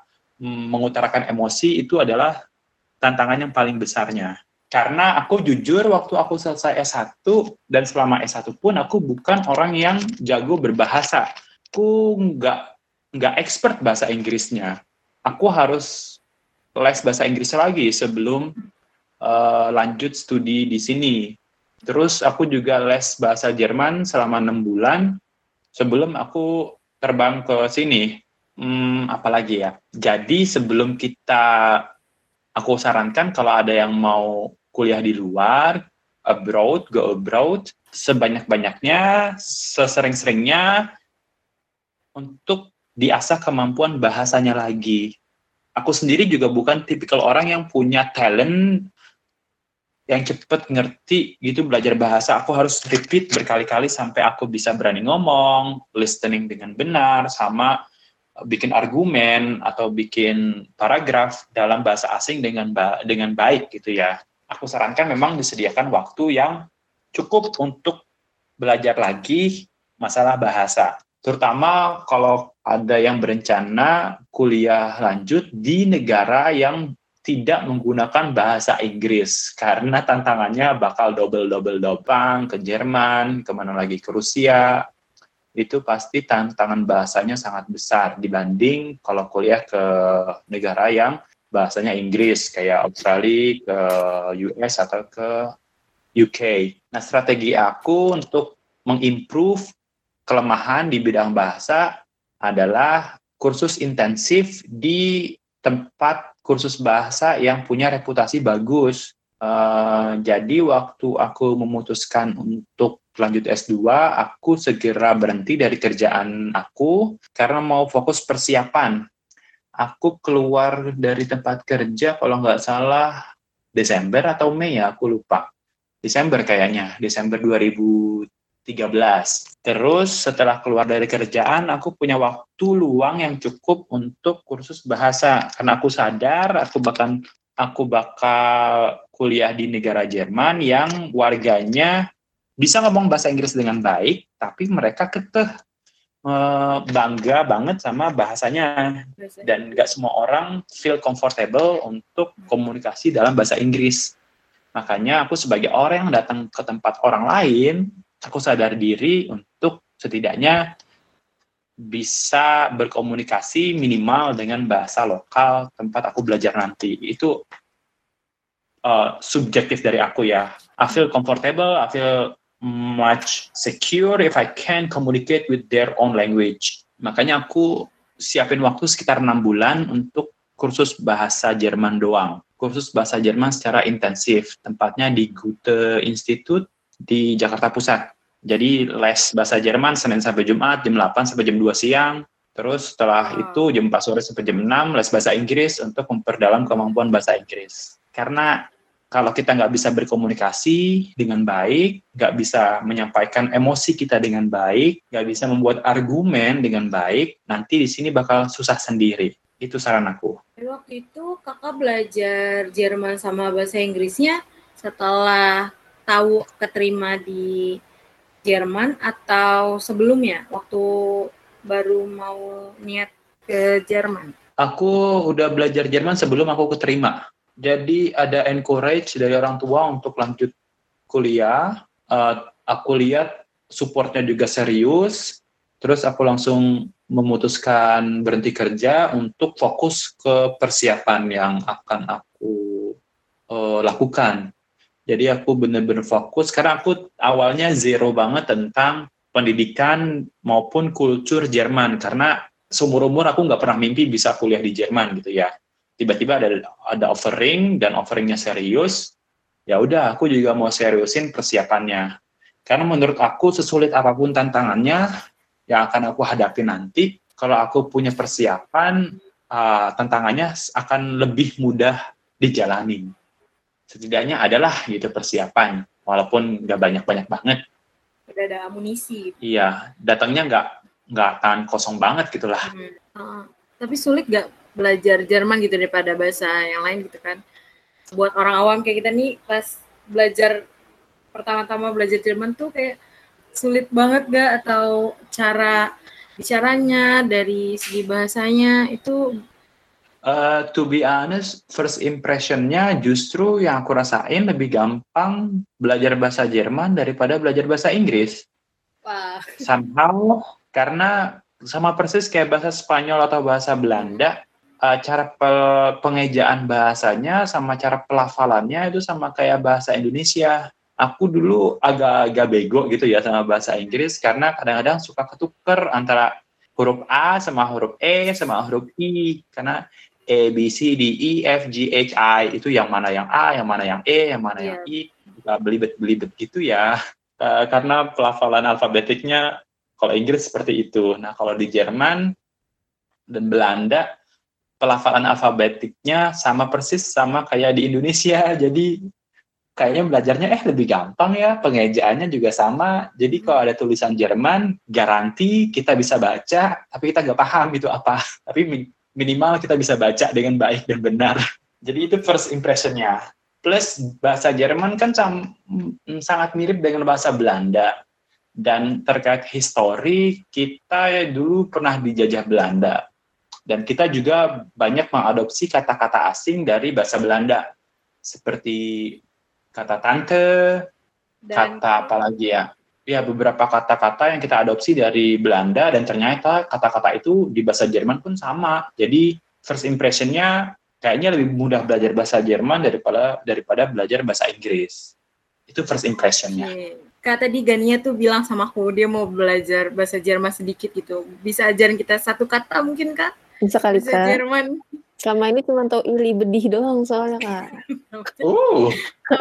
mengutarakan emosi itu adalah tantangan yang paling besarnya. Karena aku jujur waktu aku selesai S satu dan selama S satu pun aku bukan orang yang jago berbahasa. Aku nggak nggak expert bahasa Inggrisnya. Aku harus les bahasa Inggris lagi sebelum uh, lanjut studi di sini. Terus aku juga les bahasa Jerman selama enam bulan sebelum aku terbang ke sini. Hmm, apalagi ya. Jadi sebelum kita, aku sarankan kalau ada yang mau kuliah di luar, abroad, go abroad, sebanyak-banyaknya, sesering-seringnya untuk diasah kemampuan bahasanya lagi. Aku sendiri juga bukan tipikal orang yang punya talent yang cepat ngerti gitu belajar bahasa. Aku harus repeat berkali-kali sampai aku bisa berani ngomong, listening dengan benar, sama bikin argumen atau bikin paragraf dalam bahasa asing dengan ba- dengan baik gitu ya. Aku sarankan memang disediakan waktu yang cukup untuk belajar lagi masalah bahasa. Terutama kalau ada yang berencana kuliah lanjut di negara yang tidak menggunakan bahasa Inggris. Karena tantangannya bakal double-double-double ke Jerman, kemana lagi ke Rusia. Itu pasti tantangan bahasanya sangat besar dibanding kalau kuliah ke negara yang bahasanya Inggris, kayak Australia, ke U S, atau ke U K. Nah, strategi aku untuk mengimprove kelemahan di bidang bahasa adalah kursus intensif di tempat kursus bahasa yang punya reputasi bagus. Uh, jadi waktu aku memutuskan untuk lanjut S dua, aku segera berhenti dari kerjaan aku karena mau fokus persiapan. Aku keluar dari tempat kerja kalau nggak salah Desember atau Mei ya, aku lupa. Desember kayaknya, Desember dua ribu tiga belas. Terus setelah keluar dari kerjaan, aku punya waktu luang yang cukup untuk kursus bahasa. Karena aku sadar aku bakal aku bakal kuliah di negara Jerman yang warganya bisa ngomong bahasa Inggris dengan baik, tapi mereka kekeh bangga banget sama bahasanya, dan nggak semua orang feel comfortable untuk komunikasi dalam bahasa Inggris. Makanya aku sebagai orang yang datang ke tempat orang lain, aku sadar diri untuk setidaknya bisa berkomunikasi minimal dengan bahasa lokal tempat aku belajar nanti. Itu uh, subjektif dari aku ya. I feel comfortable, I feel much secure if I can communicate with their own language. Makanya aku siapin waktu sekitar enam bulan untuk kursus bahasa Jerman doang. Kursus bahasa Jerman secara intensif. Tempatnya di Goethe Institute di Jakarta Pusat. Jadi les bahasa Jerman Senin sampai Jumat jam delapan sampai jam dua siang. Terus setelah wow. itu jam empat sore sampai jam enam les bahasa Inggris untuk memperdalam kemampuan bahasa Inggris. Karena kalau kita nggak bisa berkomunikasi dengan baik, nggak bisa menyampaikan emosi kita dengan baik, nggak bisa membuat argumen dengan baik, nanti di sini bakal susah sendiri. Itu saran aku. Waktu itu kakak belajar Jerman sama bahasa Inggrisnya setelah tahu keterima di Jerman atau sebelumnya waktu baru mau niat ke Jerman? Aku udah belajar Jerman sebelum aku keterima. Jadi ada encourage dari orang tua untuk lanjut kuliah. Uh, aku lihat supportnya juga serius. Terus aku langsung memutuskan berhenti kerja untuk fokus ke persiapan yang akan aku uh, lakukan. Jadi aku benar-benar fokus karena aku awalnya zero banget tentang pendidikan maupun kultur Jerman. Karena seumur-umur aku nggak pernah mimpi bisa kuliah di Jerman gitu ya. Tiba-tiba ada ada offering dan offeringnya serius, ya udah aku juga mau seriusin persiapannya. Karena menurut aku sesulit apapun tantangannya yang akan aku hadapi nanti, kalau aku punya persiapan, uh, tantangannya akan lebih mudah dijalani. Setidaknya adalah gitu persiapan, walaupun nggak banyak-banyak banget. Udah ada amunisi. Iya, datangnya nggak nggak akan kosong banget gitulah. Hmm. Uh, tapi sulit nggak belajar Jerman gitu daripada bahasa yang lain gitu kan. Buat orang awam kayak kita nih pas belajar pertama-tama belajar Jerman tuh kayak sulit banget gak, atau cara bicaranya dari segi bahasanya itu Uh, to be honest, first impression-nya justru yang aku rasain lebih gampang belajar bahasa Jerman daripada belajar bahasa Inggris. Wah. Somehow, karena sama persis kayak bahasa Spanyol atau bahasa Belanda, uh, cara pe- pengejaan bahasanya sama cara pelafalannya itu sama kayak bahasa Indonesia. Aku dulu agak-agak bego gitu ya sama bahasa Inggris karena kadang-kadang suka ketuker antara huruf A sama huruf E sama huruf I, karena A, B, C, D, E, F, G, H, I itu yang mana yang A, yang mana yang E, yang mana Yeah. yang I, juga belibet-belibet gitu ya. Uh, karena pelafalan alfabetiknya kalau Inggris seperti itu. Nah, kalau di Jerman dan Belanda pelafalan alfabetiknya sama persis sama kayak di Indonesia. Jadi kayaknya belajarnya eh lebih gampang ya, pengejaannya juga sama. Jadi kalau ada tulisan Jerman, garansi kita bisa baca, tapi kita nggak paham itu apa. Tapi minimal kita bisa baca dengan baik dan benar. Jadi itu first impression-nya. Plus bahasa Jerman kan sam- sangat mirip dengan bahasa Belanda. Dan terkait histori, kita dulu pernah dijajah Belanda. Dan kita juga banyak mengadopsi kata-kata asing dari bahasa Belanda. Seperti kata tante, Dan kata apa lagi ya? Ya, beberapa kata-kata yang kita adopsi dari Belanda dan ternyata kata-kata itu di bahasa Jerman pun sama. Jadi first impression-nya kayaknya lebih mudah belajar bahasa Jerman daripada daripada belajar bahasa Inggris. Itu first impression-nya. Oke. Kak tadi Gania tuh bilang sama aku dia mau belajar bahasa Jerman sedikit gitu. Bisa ajarin kita satu kata mungkin Kak? Bisa kali Bahasa Kak. Jerman. Selama ini cuma tahu ili bedih doang soalnya Kak. Uh.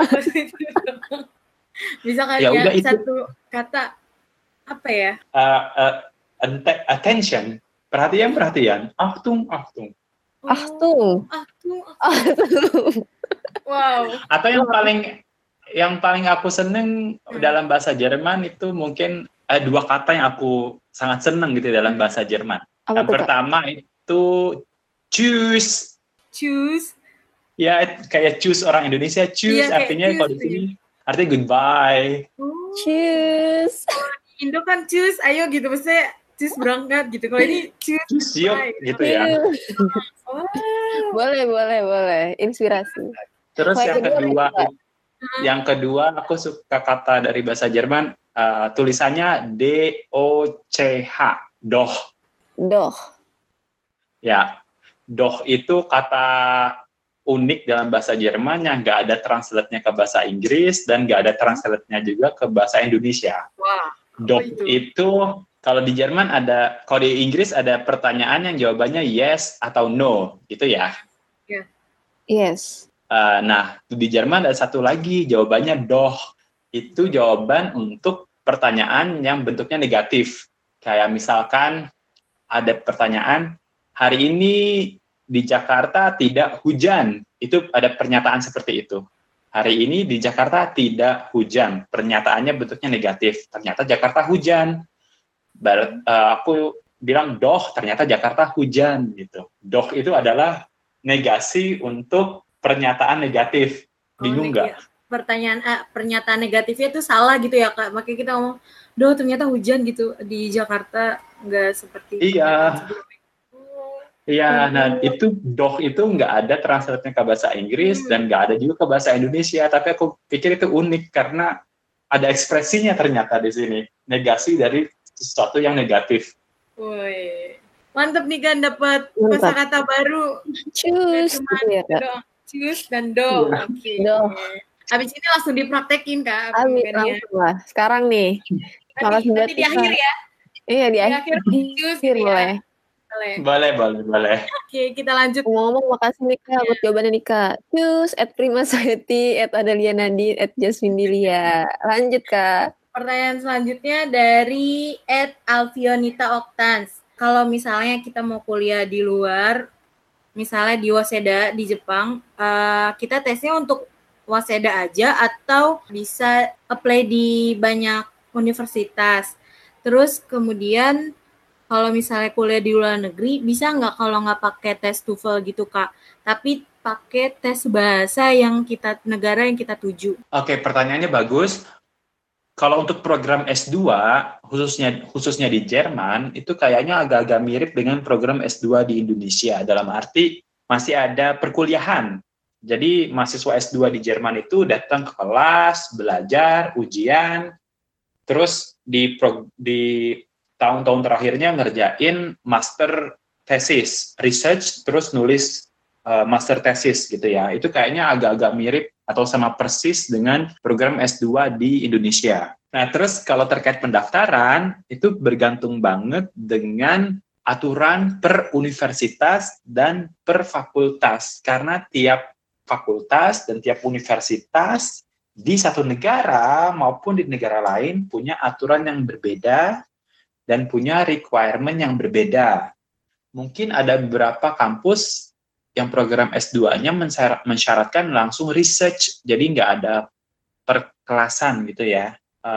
Bisa kali Ya ya, udah itu. satu kata apa ya? Uh, uh, ante- attention, perhatian perhatian, Achtung, Achtung. Oh, Achtung. Achtung. Achtung. Wow. Atau yang paling yang paling aku seneng Hmm. dalam bahasa Jerman itu mungkin eh, dua kata yang aku sangat seneng gitu dalam Hmm. bahasa Jerman. Apa Yang tuh, Kak? pertama itu choose. Choose. Ya kayak choose orang Indonesia, choose Iya, kayak artinya choose, kalau di sini artinya goodbye. Oh. Cheers. Indo kan choose, ayo gitu, maksudnya choose berangkat gitu. Kalau ini choose, Choose yuk bye. gitu ya. Oh. Boleh, boleh, boleh. Inspirasi. Terus Kok yang kedua kedua, nih, Kak? yang kedua aku suka kata dari bahasa Jerman, uh, tulisannya D O C H, doh. Doh. Ya, doh itu kata unik dalam bahasa Jerman yang nggak ada translate-nya ke bahasa Inggris dan nggak ada translate-nya juga ke bahasa Indonesia. Wah. Doh itu? itu kalau di Jerman ada, kalau di Inggris ada pertanyaan yang jawabannya yes atau no, gitu ya. Yes. Uh, nah, di Jerman ada satu lagi jawabannya doh. Itu jawaban untuk pertanyaan yang bentuknya negatif. Kayak misalkan ada pertanyaan, hari ini di Jakarta tidak hujan. Itu ada pernyataan seperti itu. Hari ini di Jakarta tidak hujan. Pernyataannya bentuknya negatif. Ternyata Jakarta hujan. Bar, uh, aku bilang doh, ternyata Jakarta hujan gitu. Doh itu adalah negasi untuk pernyataan negatif. Bingung nggak? Oh, pertanyaan ah, pernyataan negatifnya itu salah gitu ya Kak. Makanya kita ngomong, "Doh, ternyata hujan gitu di Jakarta." Nggak seperti Iya. Oh. Iya, nah itu doh itu nggak ada translate-nya ke bahasa Inggris hmm. dan nggak ada juga ke bahasa Indonesia. Tapi aku pikir itu unik karena ada ekspresinya ternyata di sini. Negasi dari sesuatu yang negatif. Woi. Mantep nih kan dapat kosakata baru. Choose. Cuma Gitu ya, Kak? doh. Choose dan do. Iya. Oke. Okay. Doh. Habis ini langsung dipraktekin Kak. Amin, langsung lah. Sekarang nih. Nanti, nanti di akhir ya. Iya, di, di akhir. akhir choose Akhir gitu boleh. ya. Boleh. Boleh, boleh, boleh. Oke, kita lanjut. Ngomong-ngomong, makasih nih Kak buat jawabannya nih Kak. Choose at Prima Sayeti, at Adalia Nadine, at Jasmine Dilia. Lanjut Kak. Pertanyaan selanjutnya dari at Alfionita Octans. Kalau misalnya kita mau kuliah di luar, misalnya di Waseda di Jepang, uh, kita tesnya untuk Waseda aja atau bisa apply di banyak universitas. Terus kemudian kalau misalnya kuliah di luar negeri, bisa nggak kalau nggak pakai tes TOEFL gitu Kak, tapi pakai tes bahasa yang kita negara yang kita tuju? Oke, pertanyaannya bagus. Kalau untuk program S dua, khususnya khususnya di Jerman, itu kayaknya agak-agak mirip dengan program S dua di Indonesia. Dalam arti, masih ada perkuliahan. Jadi mahasiswa S dua di Jerman itu datang ke kelas, belajar, ujian, terus di, pro, di tahun-tahun terakhirnya ngerjain master thesis, research, terus nulis uh, master thesis gitu ya. Itu kayaknya agak-agak mirip atau sama persis dengan program S dua di Indonesia. Nah, terus kalau terkait pendaftaran, itu bergantung banget dengan aturan per universitas dan per fakultas. Karena tiap fakultas dan tiap universitas di satu negara maupun di negara lain punya aturan yang berbeda dan punya requirement yang berbeda. Mungkin ada beberapa kampus yang program S dua-nya mensyaratkan langsung research, jadi nggak ada perkelasan gitu ya.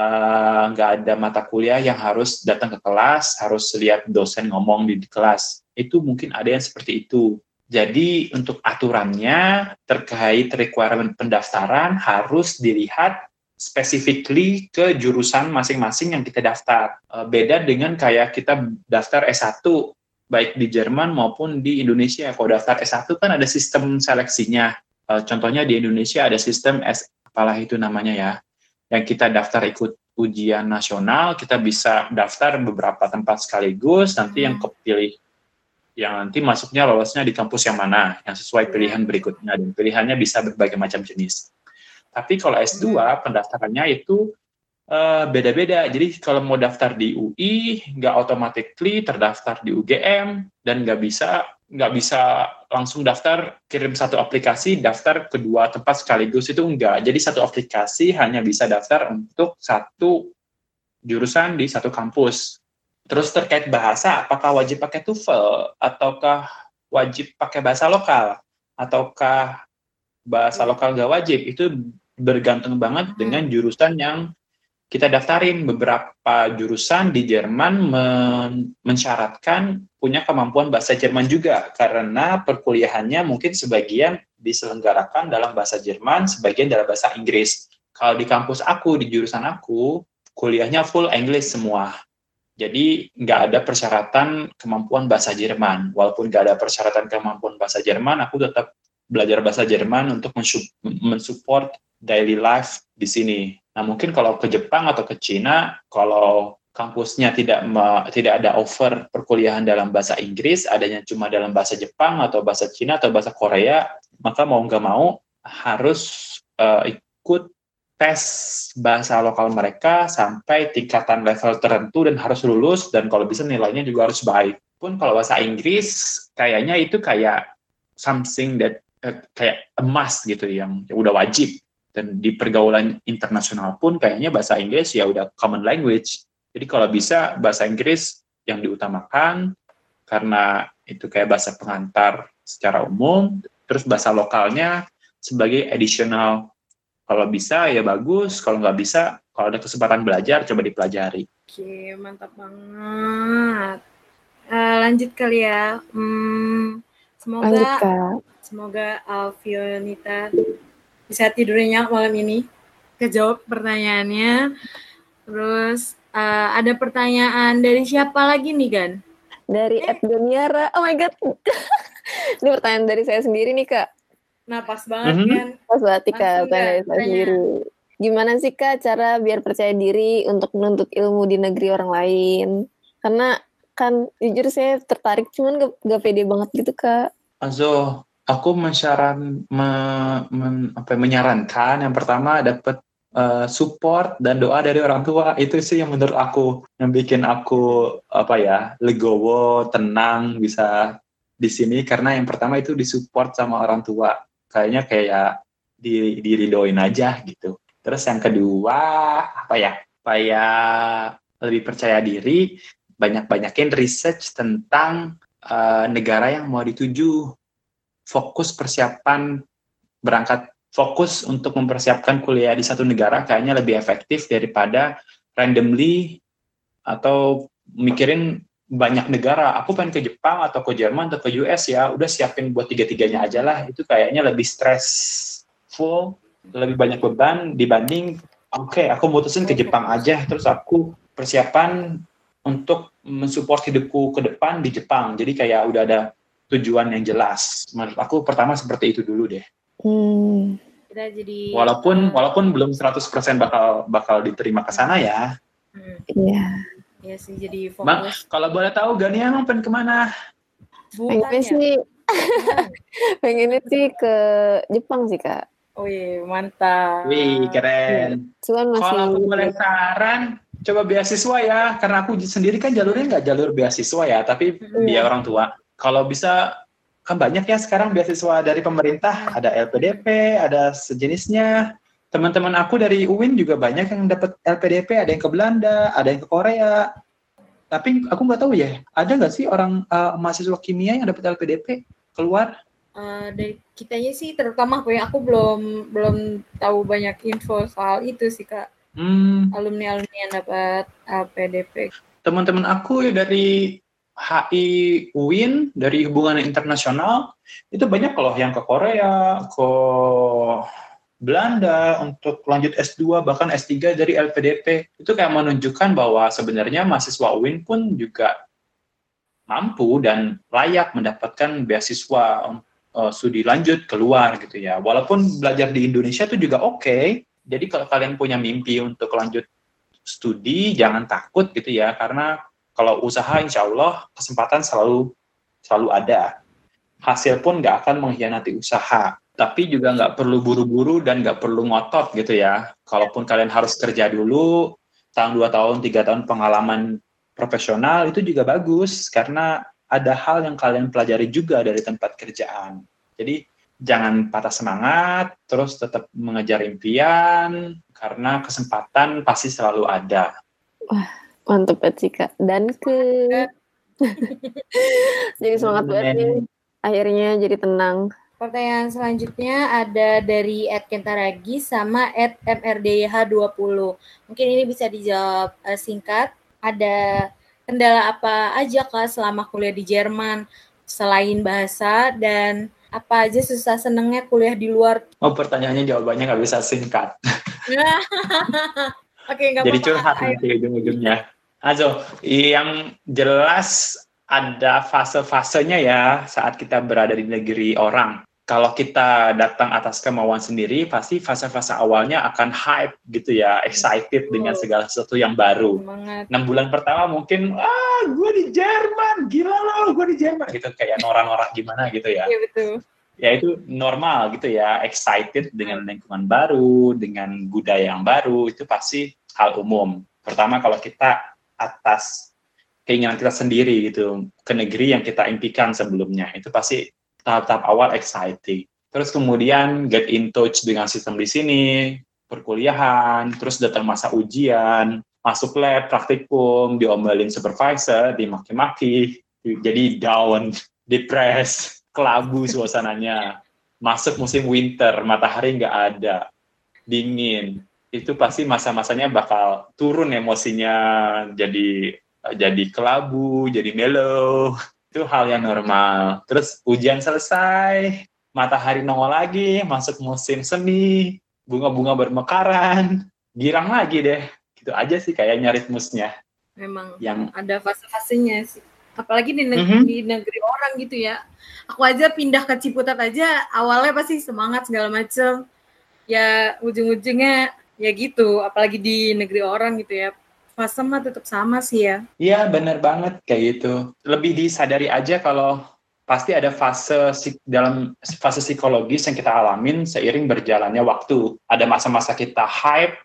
Uh, nggak ada mata kuliah yang harus datang ke kelas, harus lihat dosen ngomong di, di kelas. Itu mungkin ada yang seperti itu. Jadi untuk aturannya terkait requirement pendaftaran harus dilihat specifically ke jurusan masing-masing yang kita daftar. Beda dengan kayak kita daftar S satu, baik di Jerman maupun di Indonesia. Kalau daftar S satu kan ada sistem seleksinya. Contohnya di Indonesia ada sistem S, apalah itu namanya ya, yang kita daftar ikut ujian nasional, kita bisa daftar beberapa tempat sekaligus, nanti yang kepilih yang nanti masuknya lolosnya di kampus yang mana, yang sesuai pilihan berikutnya, dan pilihannya bisa berbagai macam jenis. Tapi kalau S dua, pendaftarannya itu uh, beda-beda. Jadi kalau mau daftar di U I, nggak automatically terdaftar di U G M, dan nggak bisa nggak bisa langsung daftar, kirim satu aplikasi, daftar kedua tempat sekaligus, itu enggak. Jadi satu aplikasi hanya bisa daftar untuk satu jurusan di satu kampus. Terus terkait bahasa, apakah wajib pakai TOEFL, ataukah wajib pakai bahasa lokal, ataukah bahasa lokal nggak wajib, itu bergantung banget dengan jurusan yang kita daftarin. Beberapa jurusan di Jerman men- mensyaratkan punya kemampuan bahasa Jerman juga, karena perkuliahannya mungkin sebagian diselenggarakan dalam bahasa Jerman, sebagian dalam bahasa Inggris. Kalau di kampus aku, di jurusan aku, kuliahnya full English semua. Jadi nggak ada persyaratan kemampuan bahasa Jerman. Walaupun nggak ada persyaratan kemampuan bahasa Jerman, aku tetap belajar bahasa Jerman untuk mensupport daily life di sini. Nah, mungkin kalau ke Jepang atau ke Cina, kalau kampusnya tidak me, tidak ada offer perkuliahan dalam bahasa Inggris, adanya cuma dalam bahasa Jepang atau bahasa Cina atau bahasa Korea, maka mau nggak mau harus uh, ikut tes bahasa lokal mereka sampai tingkatan level tertentu dan harus lulus, dan kalau bisa nilainya juga harus baik. Pun kalau bahasa Inggris, kayaknya itu kayak something that uh, kayak emas gitu, yang ya udah wajib. Dan di pergaulan internasional pun kayaknya bahasa Inggris ya udah common language. Jadi kalau bisa bahasa Inggris yang diutamakan, karena itu kayak bahasa pengantar secara umum, terus bahasa lokalnya sebagai additional. Kalau bisa ya bagus, kalau nggak bisa, kalau ada kesempatan belajar, coba dipelajari. Oke, mantap banget. Uh, lanjut kali ya. Hmm, semoga lanjut, semoga Alfionita bisa tidurnya malam ini. Kejawab pertanyaannya. Terus uh, ada pertanyaan dari siapa lagi nih, Gan? Dari Ed Doniara. Oh my God. Ini pertanyaan dari saya sendiri nih, Kak. Nah, pas banget mm-hmm. kan. Pas banget, Kak. Pertanyaan dari saya sendiri. Gimana sih, Kak, cara biar percaya diri untuk menuntut ilmu di negeri orang lain? Karena kan jujur saya tertarik, cuman gak, gak pede banget gitu, Kak. Azo, aku mensyaran, me, men, apa, menyarankan yang pertama dapat uh, support dan doa dari orang tua. Itu sih yang menurut aku yang bikin aku apa ya legowo, tenang bisa di sini, karena yang pertama itu disupport sama orang tua. Kayaknya kayak di diridoin aja gitu. Terus yang kedua apa ya? Supaya lebih percaya diri, banyak-banyakin research tentang uh, negara yang mau dituju. Fokus persiapan berangkat, fokus untuk mempersiapkan kuliah di satu negara kayaknya lebih efektif daripada randomly atau mikirin banyak negara. Aku pengen ke Jepang atau ke Jerman atau ke U S ya, udah siapin buat tiga-tiganya aja lah. Itu kayaknya lebih stressful, lebih banyak beban dibanding oke okay, aku mutusin ke Jepang aja, terus aku persiapan untuk mensupport hidupku ke depan di Jepang. Jadi kayak udah ada tujuan yang jelas. Menurut aku pertama seperti itu dulu deh. Hmm. Kita jadi Walaupun uh, walaupun belum seratus persen bakal bakal diterima ke sana ya. Iya. Ya sih, jadi Bang, fokus. kalau boleh tahu Gania emang pengen kemana? Bukan Pengennya ya? sih, Hmm. pengennya sih ke Jepang sih Kak. Oh iya, mantap. Wih, keren. Cuman masih. Kalau aku boleh saran, coba beasiswa ya. Karena aku sendiri kan jalurnya nggak jalur beasiswa ya, tapi Iya. dia orang tua. Kalau bisa, kan banyak ya sekarang beasiswa dari pemerintah. Ada L P D P, ada sejenisnya. Teman-teman aku dari U I N juga banyak yang dapat L P D P, ada yang ke Belanda, ada yang ke Korea. Tapi aku nggak tahu ya, ada nggak sih orang uh, mahasiswa kimia yang dapat L P D P keluar? Uh, dari kitanya sih, terutama aku ya, aku belum belum tahu banyak info soal itu sih Kak. Hmm. Alumni-alumni yang dapat L P D P. Teman-teman aku dari H I U I N, dari hubungan internasional, itu banyak loh yang ke Korea, ke Belanda untuk lanjut S dua, bahkan S tiga dari L P D P. Itu kayak menunjukkan bahwa sebenarnya mahasiswa U I N pun juga mampu dan layak mendapatkan beasiswa uh, studi lanjut keluar gitu ya. Walaupun belajar di Indonesia itu juga oke. Okay. Jadi kalau kalian punya mimpi untuk lanjut studi, jangan takut gitu ya. Karena kalau usaha insya Allah kesempatan selalu selalu ada. Hasil pun nggak akan mengkhianati usaha. Tapi juga nggak perlu buru-buru dan nggak perlu ngotot gitu ya. Kalaupun kalian harus kerja dulu, tahun, dua tahun, tiga tahun pengalaman profesional itu juga bagus. Karena ada hal yang kalian pelajari juga dari tempat kerjaan. Jadi jangan patah semangat, terus tetap mengejar impian, karena kesempatan pasti selalu ada. Wah, mantep banget sih Kak. Dan ke... jadi semangat banget nih. Akhirnya jadi tenang. Pertanyaan selanjutnya ada dari at Kentaragi sama at M R D H dua puluh. Mungkin ini bisa dijawab uh, singkat. Ada kendala apa aja Kak selama kuliah di Jerman selain bahasa, dan apa aja susah senengnya kuliah di luar? Oh, pertanyaannya jawabannya nggak bisa singkat. Oke, nggak apa-apa. Jadi curhat nanti ujung-ujungnya. Also, yang jelas ada fase-fasenya ya saat kita berada di negeri orang. Kalau kita datang atas kemauan sendiri, pasti fase-fase awalnya akan hype gitu ya, excited dengan segala sesuatu yang baru. Semangat. enam bulan pertama mungkin, ah gue di Jerman, gila loh gue di Jerman. Gitu, kayak norak-norak gimana gitu ya. Iya betul. Ya itu normal gitu ya, excited dengan lingkungan baru, dengan budaya yang baru, itu pasti hal umum. Pertama kalau kita atas keinginan kita sendiri gitu, ke negeri yang kita impikan sebelumnya, itu pasti tahap-tahap awal exciting. Terus kemudian get in touch dengan sistem di sini, perkuliahan, terus datang masa ujian, masuk lab, praktikum, diomelin supervisor, dimaki-maki, jadi down, depressed, kelabu suasananya. Masuk musim winter, matahari nggak ada, dingin. Itu pasti masa-masanya bakal turun emosinya, jadi jadi kelabu, jadi mellow. Itu hal yang normal. Terus ujian selesai, matahari nongol lagi, masuk musim semi, bunga-bunga bermekaran, girang lagi deh. Gitu aja sih kayaknya ritmusnya. Memang yang ada fase-fasenya sih. Apalagi di negeri, mm-hmm. di negeri orang gitu ya. Aku aja pindah ke Ciputat aja, awalnya pasti semangat segala macem. Ya ujung-ujungnya ya gitu, apalagi di negeri orang gitu ya. Fase mah tetap sama sih ya. Iya, benar banget kayak gitu. Lebih disadari aja kalau pasti ada fase dalam fase psikologis yang kita alamin seiring berjalannya waktu. Ada masa-masa kita hype,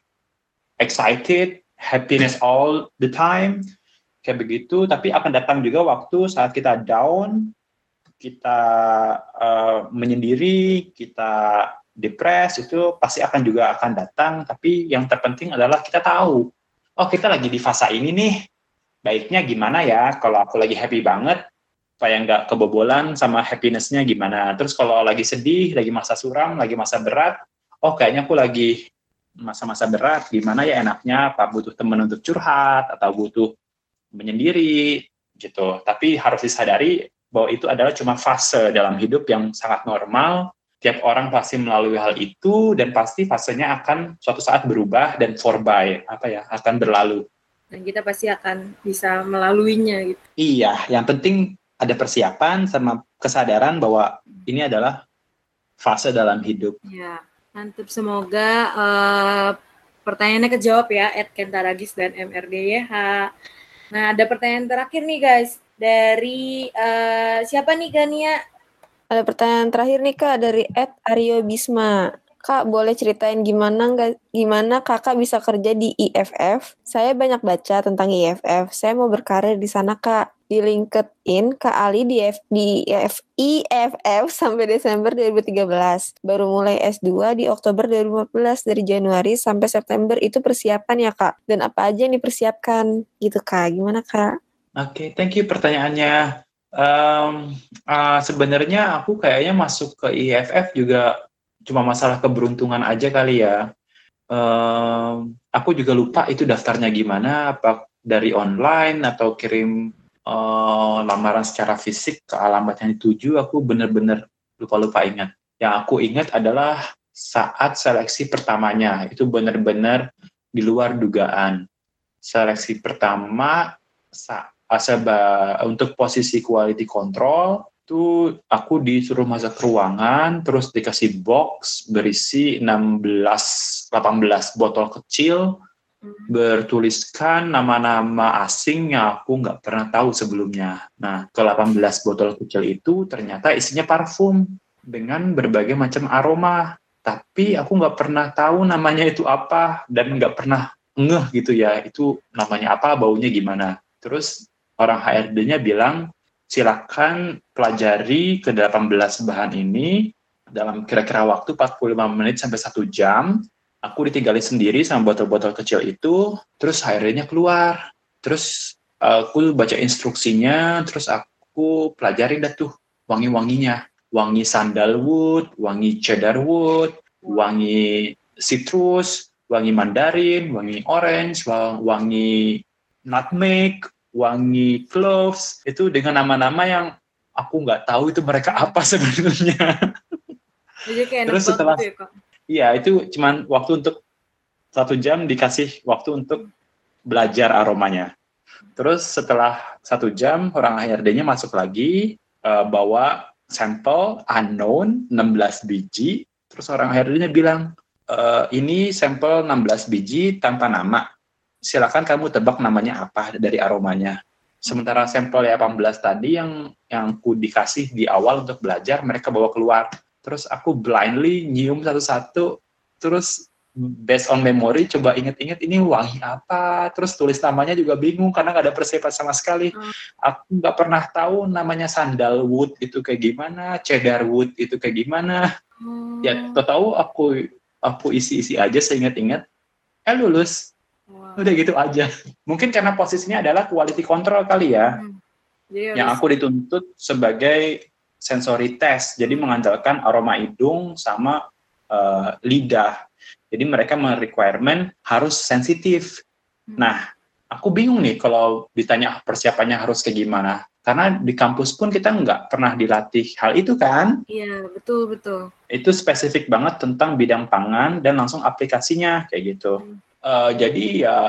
excited, happiness all the time, kayak begitu. Tapi akan datang juga waktu saat kita down, kita uh, menyendiri, kita depres, itu pasti akan juga akan datang. Tapi yang terpenting adalah kita tahu, oh kita lagi di fase ini nih, baiknya gimana ya kalau aku lagi happy banget, supaya nggak kebobolan sama happiness-nya gimana. Terus kalau lagi sedih, lagi masa suram, lagi masa berat, oh kayaknya aku lagi masa-masa berat, gimana ya enaknya, apa butuh teman untuk curhat, atau butuh menyendiri, gitu. Tapi harus disadari bahwa itu adalah cuma fase dalam hidup yang sangat normal. Tiap orang pasti melalui hal itu, dan pasti fasenya akan suatu saat berubah dan forby, apa ya, akan berlalu. Dan kita pasti akan bisa melaluinya gitu. Iya, yang penting ada persiapan sama kesadaran bahwa ini adalah fase dalam hidup. Ya, mantap. Semoga uh, pertanyaannya kejawab ya, at Kentaragis dan M R D Y H. Nah, ada pertanyaan terakhir nih guys, dari uh, siapa nih Gania? Ada pertanyaan terakhir nih Kak, dari at Aryo Bisma. Kak, boleh ceritain gimana nggak gimana Kakak bisa kerja di I F F? Saya banyak baca tentang I F F. Saya mau berkarir di sana Kak. Di LinkedIn, Kak Ali di, F, di I F F sampai Desember dua ribu tiga belas. Baru mulai S dua di Oktober dua ribu lima belas. Dari Januari sampai September itu persiapan ya Kak? Dan apa aja yang dipersiapkan? Gitu Kak, gimana Kak? Oke, okay, thank you pertanyaannya. Um, uh, sebenarnya aku kayaknya masuk ke I F F juga cuma masalah keberuntungan aja kali ya. Um, aku juga lupa itu daftarnya gimana, apa dari online atau kirim uh, lamaran secara fisik ke alamat yang dituju. Aku benar-benar lupa-lupa ingat. Yang aku ingat adalah saat seleksi pertamanya, itu benar-benar di luar dugaan. Seleksi pertama saat Asaba, untuk posisi quality control itu aku disuruh masuk ke ruangan, terus dikasih box berisi enam belas delapan belas botol kecil bertuliskan nama-nama asing yang aku nggak pernah tahu sebelumnya. Nah, ke delapan belas botol kecil itu ternyata isinya parfum dengan berbagai macam aroma, tapi aku nggak pernah tahu namanya itu apa dan nggak pernah ngeh gitu ya, itu namanya apa, baunya gimana. Terus orang H R D-nya bilang, silakan pelajari ke delapan belas bahan ini dalam kira-kira waktu empat puluh lima menit sampai satu jam. Aku ditinggalin sendiri sama botol-botol kecil itu, terus H R D-nya keluar. Terus aku baca instruksinya, terus aku pelajarin dah tuh wangi-wanginya. Wangi sandalwood, wangi cedarwood, wangi citrus, wangi mandarin, wangi orange, wangi nutmeg, wangi cloves, itu dengan nama-nama yang aku nggak tahu itu mereka apa sebenarnya. Jadi kayak terus setelah gitu ya, Kak? Iya, itu cuman waktu untuk satu jam dikasih waktu untuk belajar aromanya. Terus setelah satu jam orang H R D-nya masuk lagi uh, bawa sampel unknown enam belas biji. Terus orang H R D-nya bilang, e, ini sampel enam belas biji tanpa nama. Silakan kamu tebak namanya apa dari aromanya. Sementara sampel delapan belas tadi yang yang aku dikasih di awal untuk belajar, mereka bawa keluar. Terus aku blindly nyium satu-satu, terus based on memory coba inget-inget ini wangi apa, terus tulis namanya juga bingung karena nggak ada persiapan sama sekali. Hmm. Aku nggak pernah tahu namanya sandalwood itu kayak gimana, cedarwood itu kayak gimana. Hmm. Ya, tahu aku aku isi-isi aja seingat-ingat, eh lulus. Wow. Udah gitu aja. Mungkin karena posisinya adalah quality control kali ya. Hmm. Yes. Yang aku dituntut sebagai sensory test. Jadi mengandalkan aroma hidung sama uh, lidah. Jadi mereka merequirement harus sensitif. Hmm. Nah, aku bingung nih kalau ditanya persiapannya harus kayak gimana. Karena di kampus pun kita nggak pernah dilatih hal itu kan. Iya, betul-betul. Itu spesifik banget tentang bidang pangan dan langsung aplikasinya kayak gitu. Hmm. Uh, jadi ya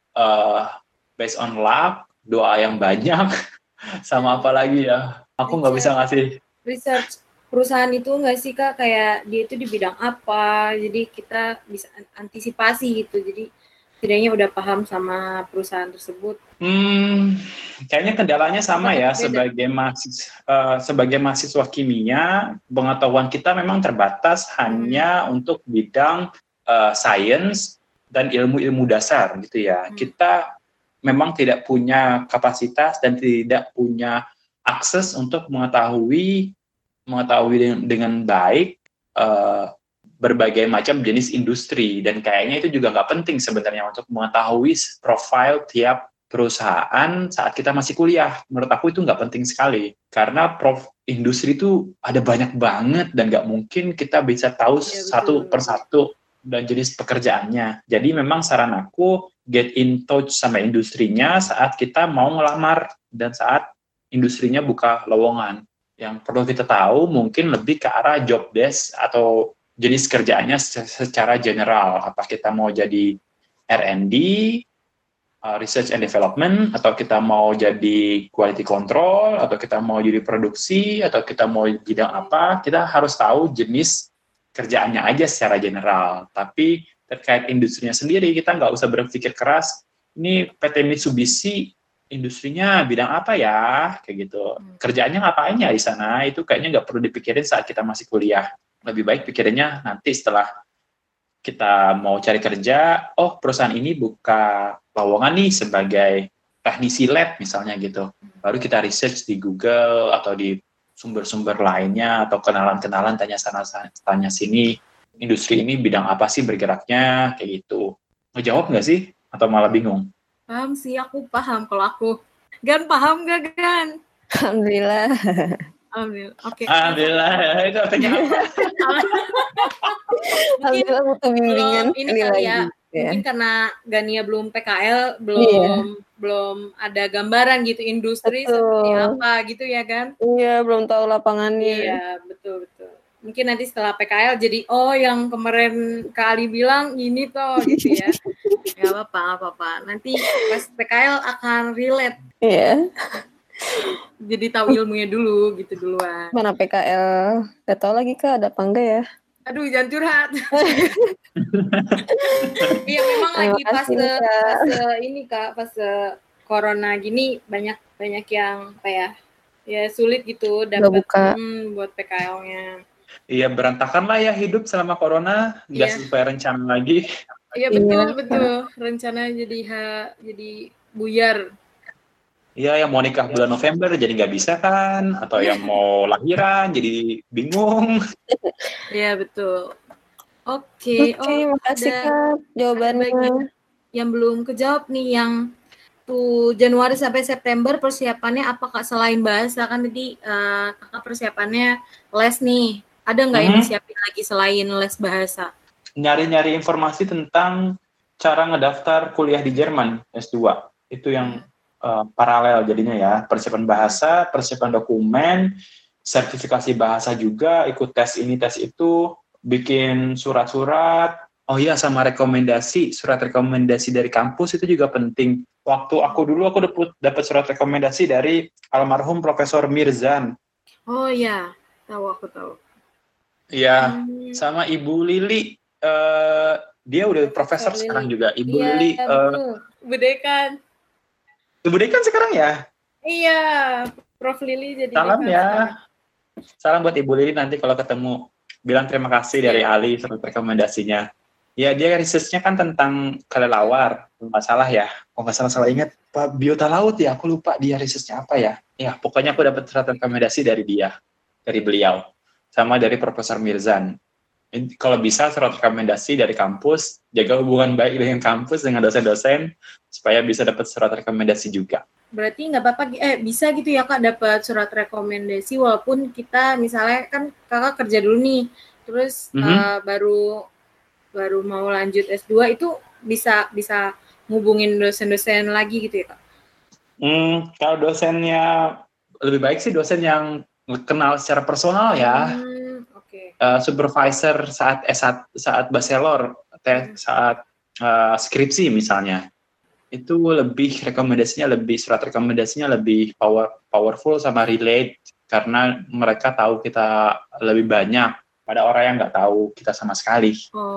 uh, based on luck, doa yang banyak, sama apa lagi ya, aku nggak bisa ngasih research perusahaan itu nggak sih Kak, kayak dia itu di bidang apa, jadi kita bisa antisipasi gitu, jadi setidaknya udah paham sama perusahaan tersebut. Hmm, kayaknya kendalanya sama ya, sebagai mahasiswa, uh, sebagai mahasiswa kimia, pengetahuan kita memang terbatas hmm. hanya untuk bidang uh, science dan ilmu-ilmu dasar gitu ya. Hmm. Kita memang tidak punya kapasitas dan tidak punya akses untuk mengetahui mengetahui dengan, dengan baik uh, berbagai macam jenis industri, dan kayaknya itu juga nggak penting sebenarnya untuk mengetahui profil tiap perusahaan saat kita masih kuliah. Menurut aku itu nggak penting sekali karena prof industri itu ada banyak banget dan nggak mungkin kita bisa tahu ya, satu persatu dan jenis pekerjaannya. Jadi memang saran aku get in touch sama industrinya saat kita mau ngelamar dan saat industrinya buka lowongan. Yang perlu kita tahu mungkin lebih ke arah job desk atau jenis kerjaannya secara general. Apa kita mau jadi R and D uh, research and development, atau kita mau jadi quality control, atau kita mau jadi produksi, atau kita mau bidang apa, kita harus tahu jenis kerjaannya aja secara general. Tapi terkait industrinya sendiri, kita nggak usah berpikir keras, ini P T Mitsubishi industrinya bidang apa ya, kayak gitu. Kerjaannya ngapain ya di sana, itu kayaknya nggak perlu dipikirin saat kita masih kuliah. Lebih baik pikirinnya nanti setelah kita mau cari kerja, oh perusahaan ini buka lowongan nih sebagai teknisi lab misalnya gitu. Baru kita research di Google atau di sumber-sumber lainnya, atau kenalan-kenalan, tanya sana tanya sini, industri ini bidang apa sih bergeraknya, kayak gitu. Ngejawab nggak sih? Atau malah bingung? Paham sih, aku paham kalau aku. Gan, paham gak, Gan? Alhamdulillah. Alhamdulillah. Oke. Okay. Alhamdulillah. Itu artinya apa? Alhamdulillah butuh bimbingan. Ini kali ya. Ya. Mungkin karena Gania belum P K L, belum iya. belum ada gambaran gitu industri betul. Seperti apa gitu ya kan? Iya, belum tahu lapangannya. Iya, betul betul. Mungkin nanti setelah P K L jadi oh yang kemarin Kali bilang ini toh gitu ya. Gak apa-apa, gak apa-apa. Nanti pas P K L akan relate. Iya. Jadi tahu ilmunya dulu gitu duluan. Mana P K L? Gak tahu lagi Kak, ada apa enggak ya? Aduh, jangan curhat. Iya, memang lagi fase, fase ini Kak, fase corona gini banyak banyak yang apa ya? Ya sulit gitu dapat hmm, buat P K L-nya. Iya, berantakan lah ya hidup selama corona, nggak iya. sesuai rencana lagi. Iya betul iya. betul, rencana jadi ha, jadi buyar. Iya, yang mau nikah bulan November jadi nggak bisa kan, atau yang mau lahiran jadi bingung. Iya betul. Oke, okay, oh, makasih Kak jawabannya. Yang belum kejawab nih, yang tuh Januari sampai September persiapannya apa Kak selain bahasa kan tadi uh, Kakak persiapannya les nih, ada nggak hmm. yang disiapin lagi selain les bahasa? Nyari-nyari informasi tentang cara ngedaftar kuliah di Jerman S dua itu yang hmm. Uh, paralel jadinya ya, persiapan bahasa, persiapan dokumen, sertifikasi bahasa juga, ikut tes ini tes itu, bikin surat-surat. Oh iya, sama rekomendasi, surat rekomendasi dari kampus itu juga penting. Waktu aku dulu aku dapat dapat surat rekomendasi dari almarhum Profesor Mirzan. Oh iya, tahu aku tahu. Iya, hmm. sama Ibu Lili, uh, dia udah profesor Lili. Sekarang juga. Ibu ya, Lili. Uh, Budekan. Ibu Dekan sekarang ya? Iya, Prof Lili jadi salam dekan ya. Sekarang. Salam buat Ibu Lili, nanti kalau ketemu bilang terima kasih dari yeah. Ali surat rekomendasinya. Ya, dia research-nya kan tentang kelelawar, nggak salah ya. Kalau nggak salah salah ingat Pak biota laut ya, aku lupa dia research-nya apa ya. Ya, pokoknya aku dapat surat rekomendasi dari dia, dari beliau, sama dari Profesor Mirzan. Kalau bisa surat rekomendasi dari kampus, jaga hubungan baik dengan kampus, dengan dosen-dosen, supaya bisa dapat surat rekomendasi juga. Berarti nggak apa-apa, eh bisa gitu ya Kak dapat surat rekomendasi walaupun kita misalnya kan Kakak kerja dulu nih, terus mm-hmm. uh, baru baru mau lanjut S dua itu bisa bisa ngubungin dosen-dosen lagi gitu ya Kak? Hmm, kalau dosennya lebih baik sih dosen yang kenal secara personal ya. Hmm. Uh, supervisor saat S satu, saat bachelor, tes, saat uh, skripsi misalnya, itu lebih rekomendasinya lebih surat rekomendasinya lebih power powerful sama relate karena mereka tahu kita lebih banyak pada orang yang nggak tahu kita sama sekali.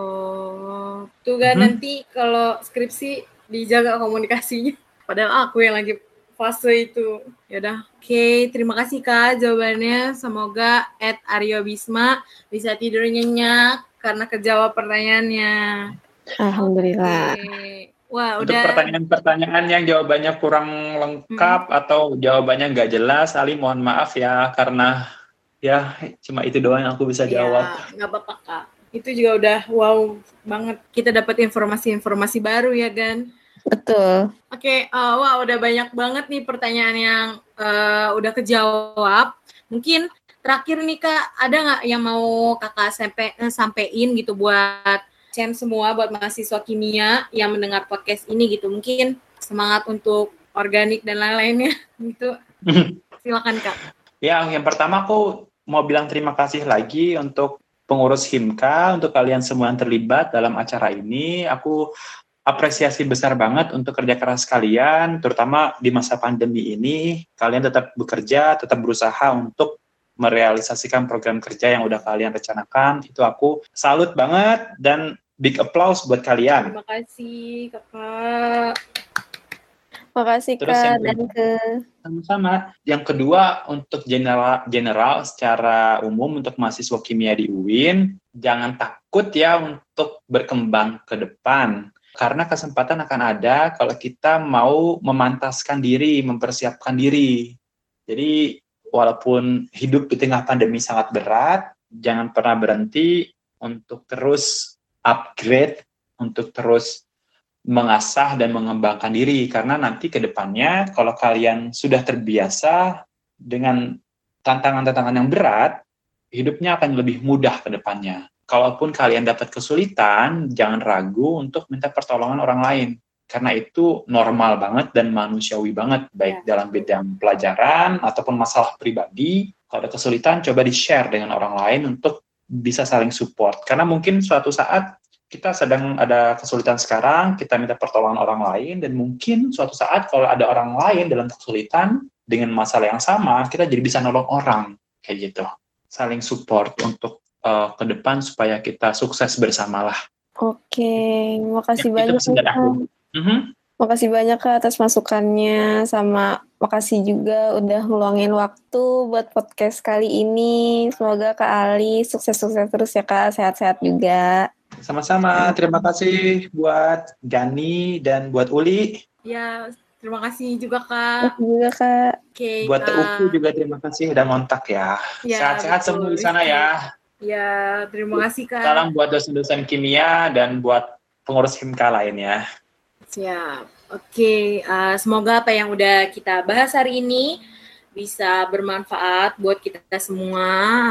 Oh, tuh kan hmm. nanti kalau skripsi dijaga komunikasinya, padahal aku yang lagi fase itu. Yaudah, oke, okay, terima kasih Kak jawabannya. Semoga at Aryo Bisma bisa tidur nyenyak karena kejawab pertanyaannya. Alhamdulillah. Okay. Wah, untuk udah. Pertanyaan-pertanyaan yang jawabannya kurang lengkap hmm. atau jawabannya nggak jelas, Ali mohon maaf ya karena ya cuma itu doang yang aku bisa jawab. Ya, nggak apa-apa Kak. Itu juga udah wow banget. Kita dapat informasi-informasi baru ya kan. Betul. Oke, okay, uh, wah udah banyak banget nih pertanyaan yang uh, udah kejawab. Mungkin terakhir nih Kak, ada nggak yang mau Kakak sampe, sampein gitu buat C M semua, buat mahasiswa kimia yang mendengar podcast ini gitu. Mungkin semangat untuk organik dan lain-lainnya gitu. Silakan Kak. Ya, yang pertama aku mau bilang terima kasih lagi untuk pengurus Himka, untuk kalian semua yang terlibat dalam acara ini. Aku apresiasi besar banget untuk kerja keras kalian, terutama di masa pandemi ini. Kalian tetap bekerja, tetap berusaha untuk merealisasikan program kerja yang udah kalian rencanakan. Itu aku salut banget dan big applause buat kalian. Terima kasih kakak. Makasih Terus Kak yang dan ke sama-sama. Yang kedua, untuk general, general secara umum untuk mahasiswa kimia di U I N, jangan takut ya untuk berkembang ke depan. Karena kesempatan akan ada kalau kita mau memantaskan diri, mempersiapkan diri. Jadi, walaupun hidup di tengah pandemi sangat berat, jangan pernah berhenti untuk terus upgrade, untuk terus mengasah dan mengembangkan diri, karena nanti ke depannya kalau kalian sudah terbiasa dengan tantangan-tantangan yang berat, hidupnya akan lebih mudah ke depannya. Kalaupun kalian dapat kesulitan, jangan ragu untuk minta pertolongan orang lain, karena itu normal banget dan manusiawi banget, baik ya. Dalam bidang pelajaran ataupun masalah pribadi. Kalau ada kesulitan, coba di-share dengan orang lain untuk bisa saling support, karena mungkin suatu saat kita sedang ada kesulitan sekarang, kita minta pertolongan orang lain, dan mungkin suatu saat kalau ada orang lain dalam kesulitan dengan masalah yang sama, kita jadi bisa nolong orang, kayak gitu. Saling support untuk uh, ke depan supaya kita sukses bersamalah. Oke, makasih ya, banyak Kak. Mm-hmm. Makasih banyak Kak atas masukannya, sama makasih juga udah ngeluangin waktu buat podcast kali ini. Semoga Kak Ali sukses-sukses terus ya Kak, sehat-sehat juga. Sama-sama, terima kasih buat Gani dan buat Uli. Ya, terima kasih juga Kak. Terima kasih juga Kak. Oke, buat Kak. Teuku juga terima kasih udah ngontak ya. ya Sehat-sehat semua di sana ya. Ya, terima kasih Kak. Salam buat dosen-dosen kimia dan buat pengurus Himka lainnya. Siap. Oke, uh, semoga apa yang udah kita bahas hari ini bisa bermanfaat buat kita semua.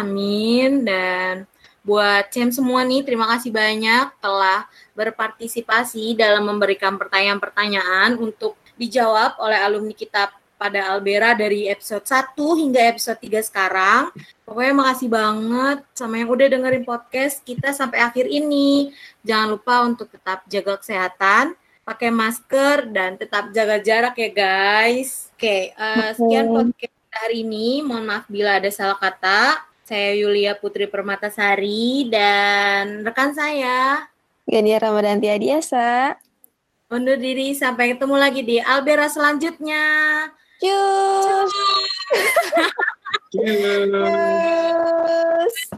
Amin. Dan buat Cem semua nih, terima kasih banyak telah berpartisipasi dalam memberikan pertanyaan-pertanyaan untuk dijawab oleh alumni kita pada Albera dari episode satu hingga episode tiga sekarang. Pokoknya makasih banget sama yang udah dengerin podcast kita sampai akhir ini. Jangan lupa untuk tetap jaga kesehatan, pakai masker, dan tetap jaga jarak ya guys. Oke, uh, sekian podcast hari ini. Mohon maaf bila ada salah kata. Saya Yulia Putri Permatasari dan rekan saya Gania Ramadanti Adiasa. Undur diri, sampai ketemu lagi di Albera selanjutnya. Cus. Cus. Cus.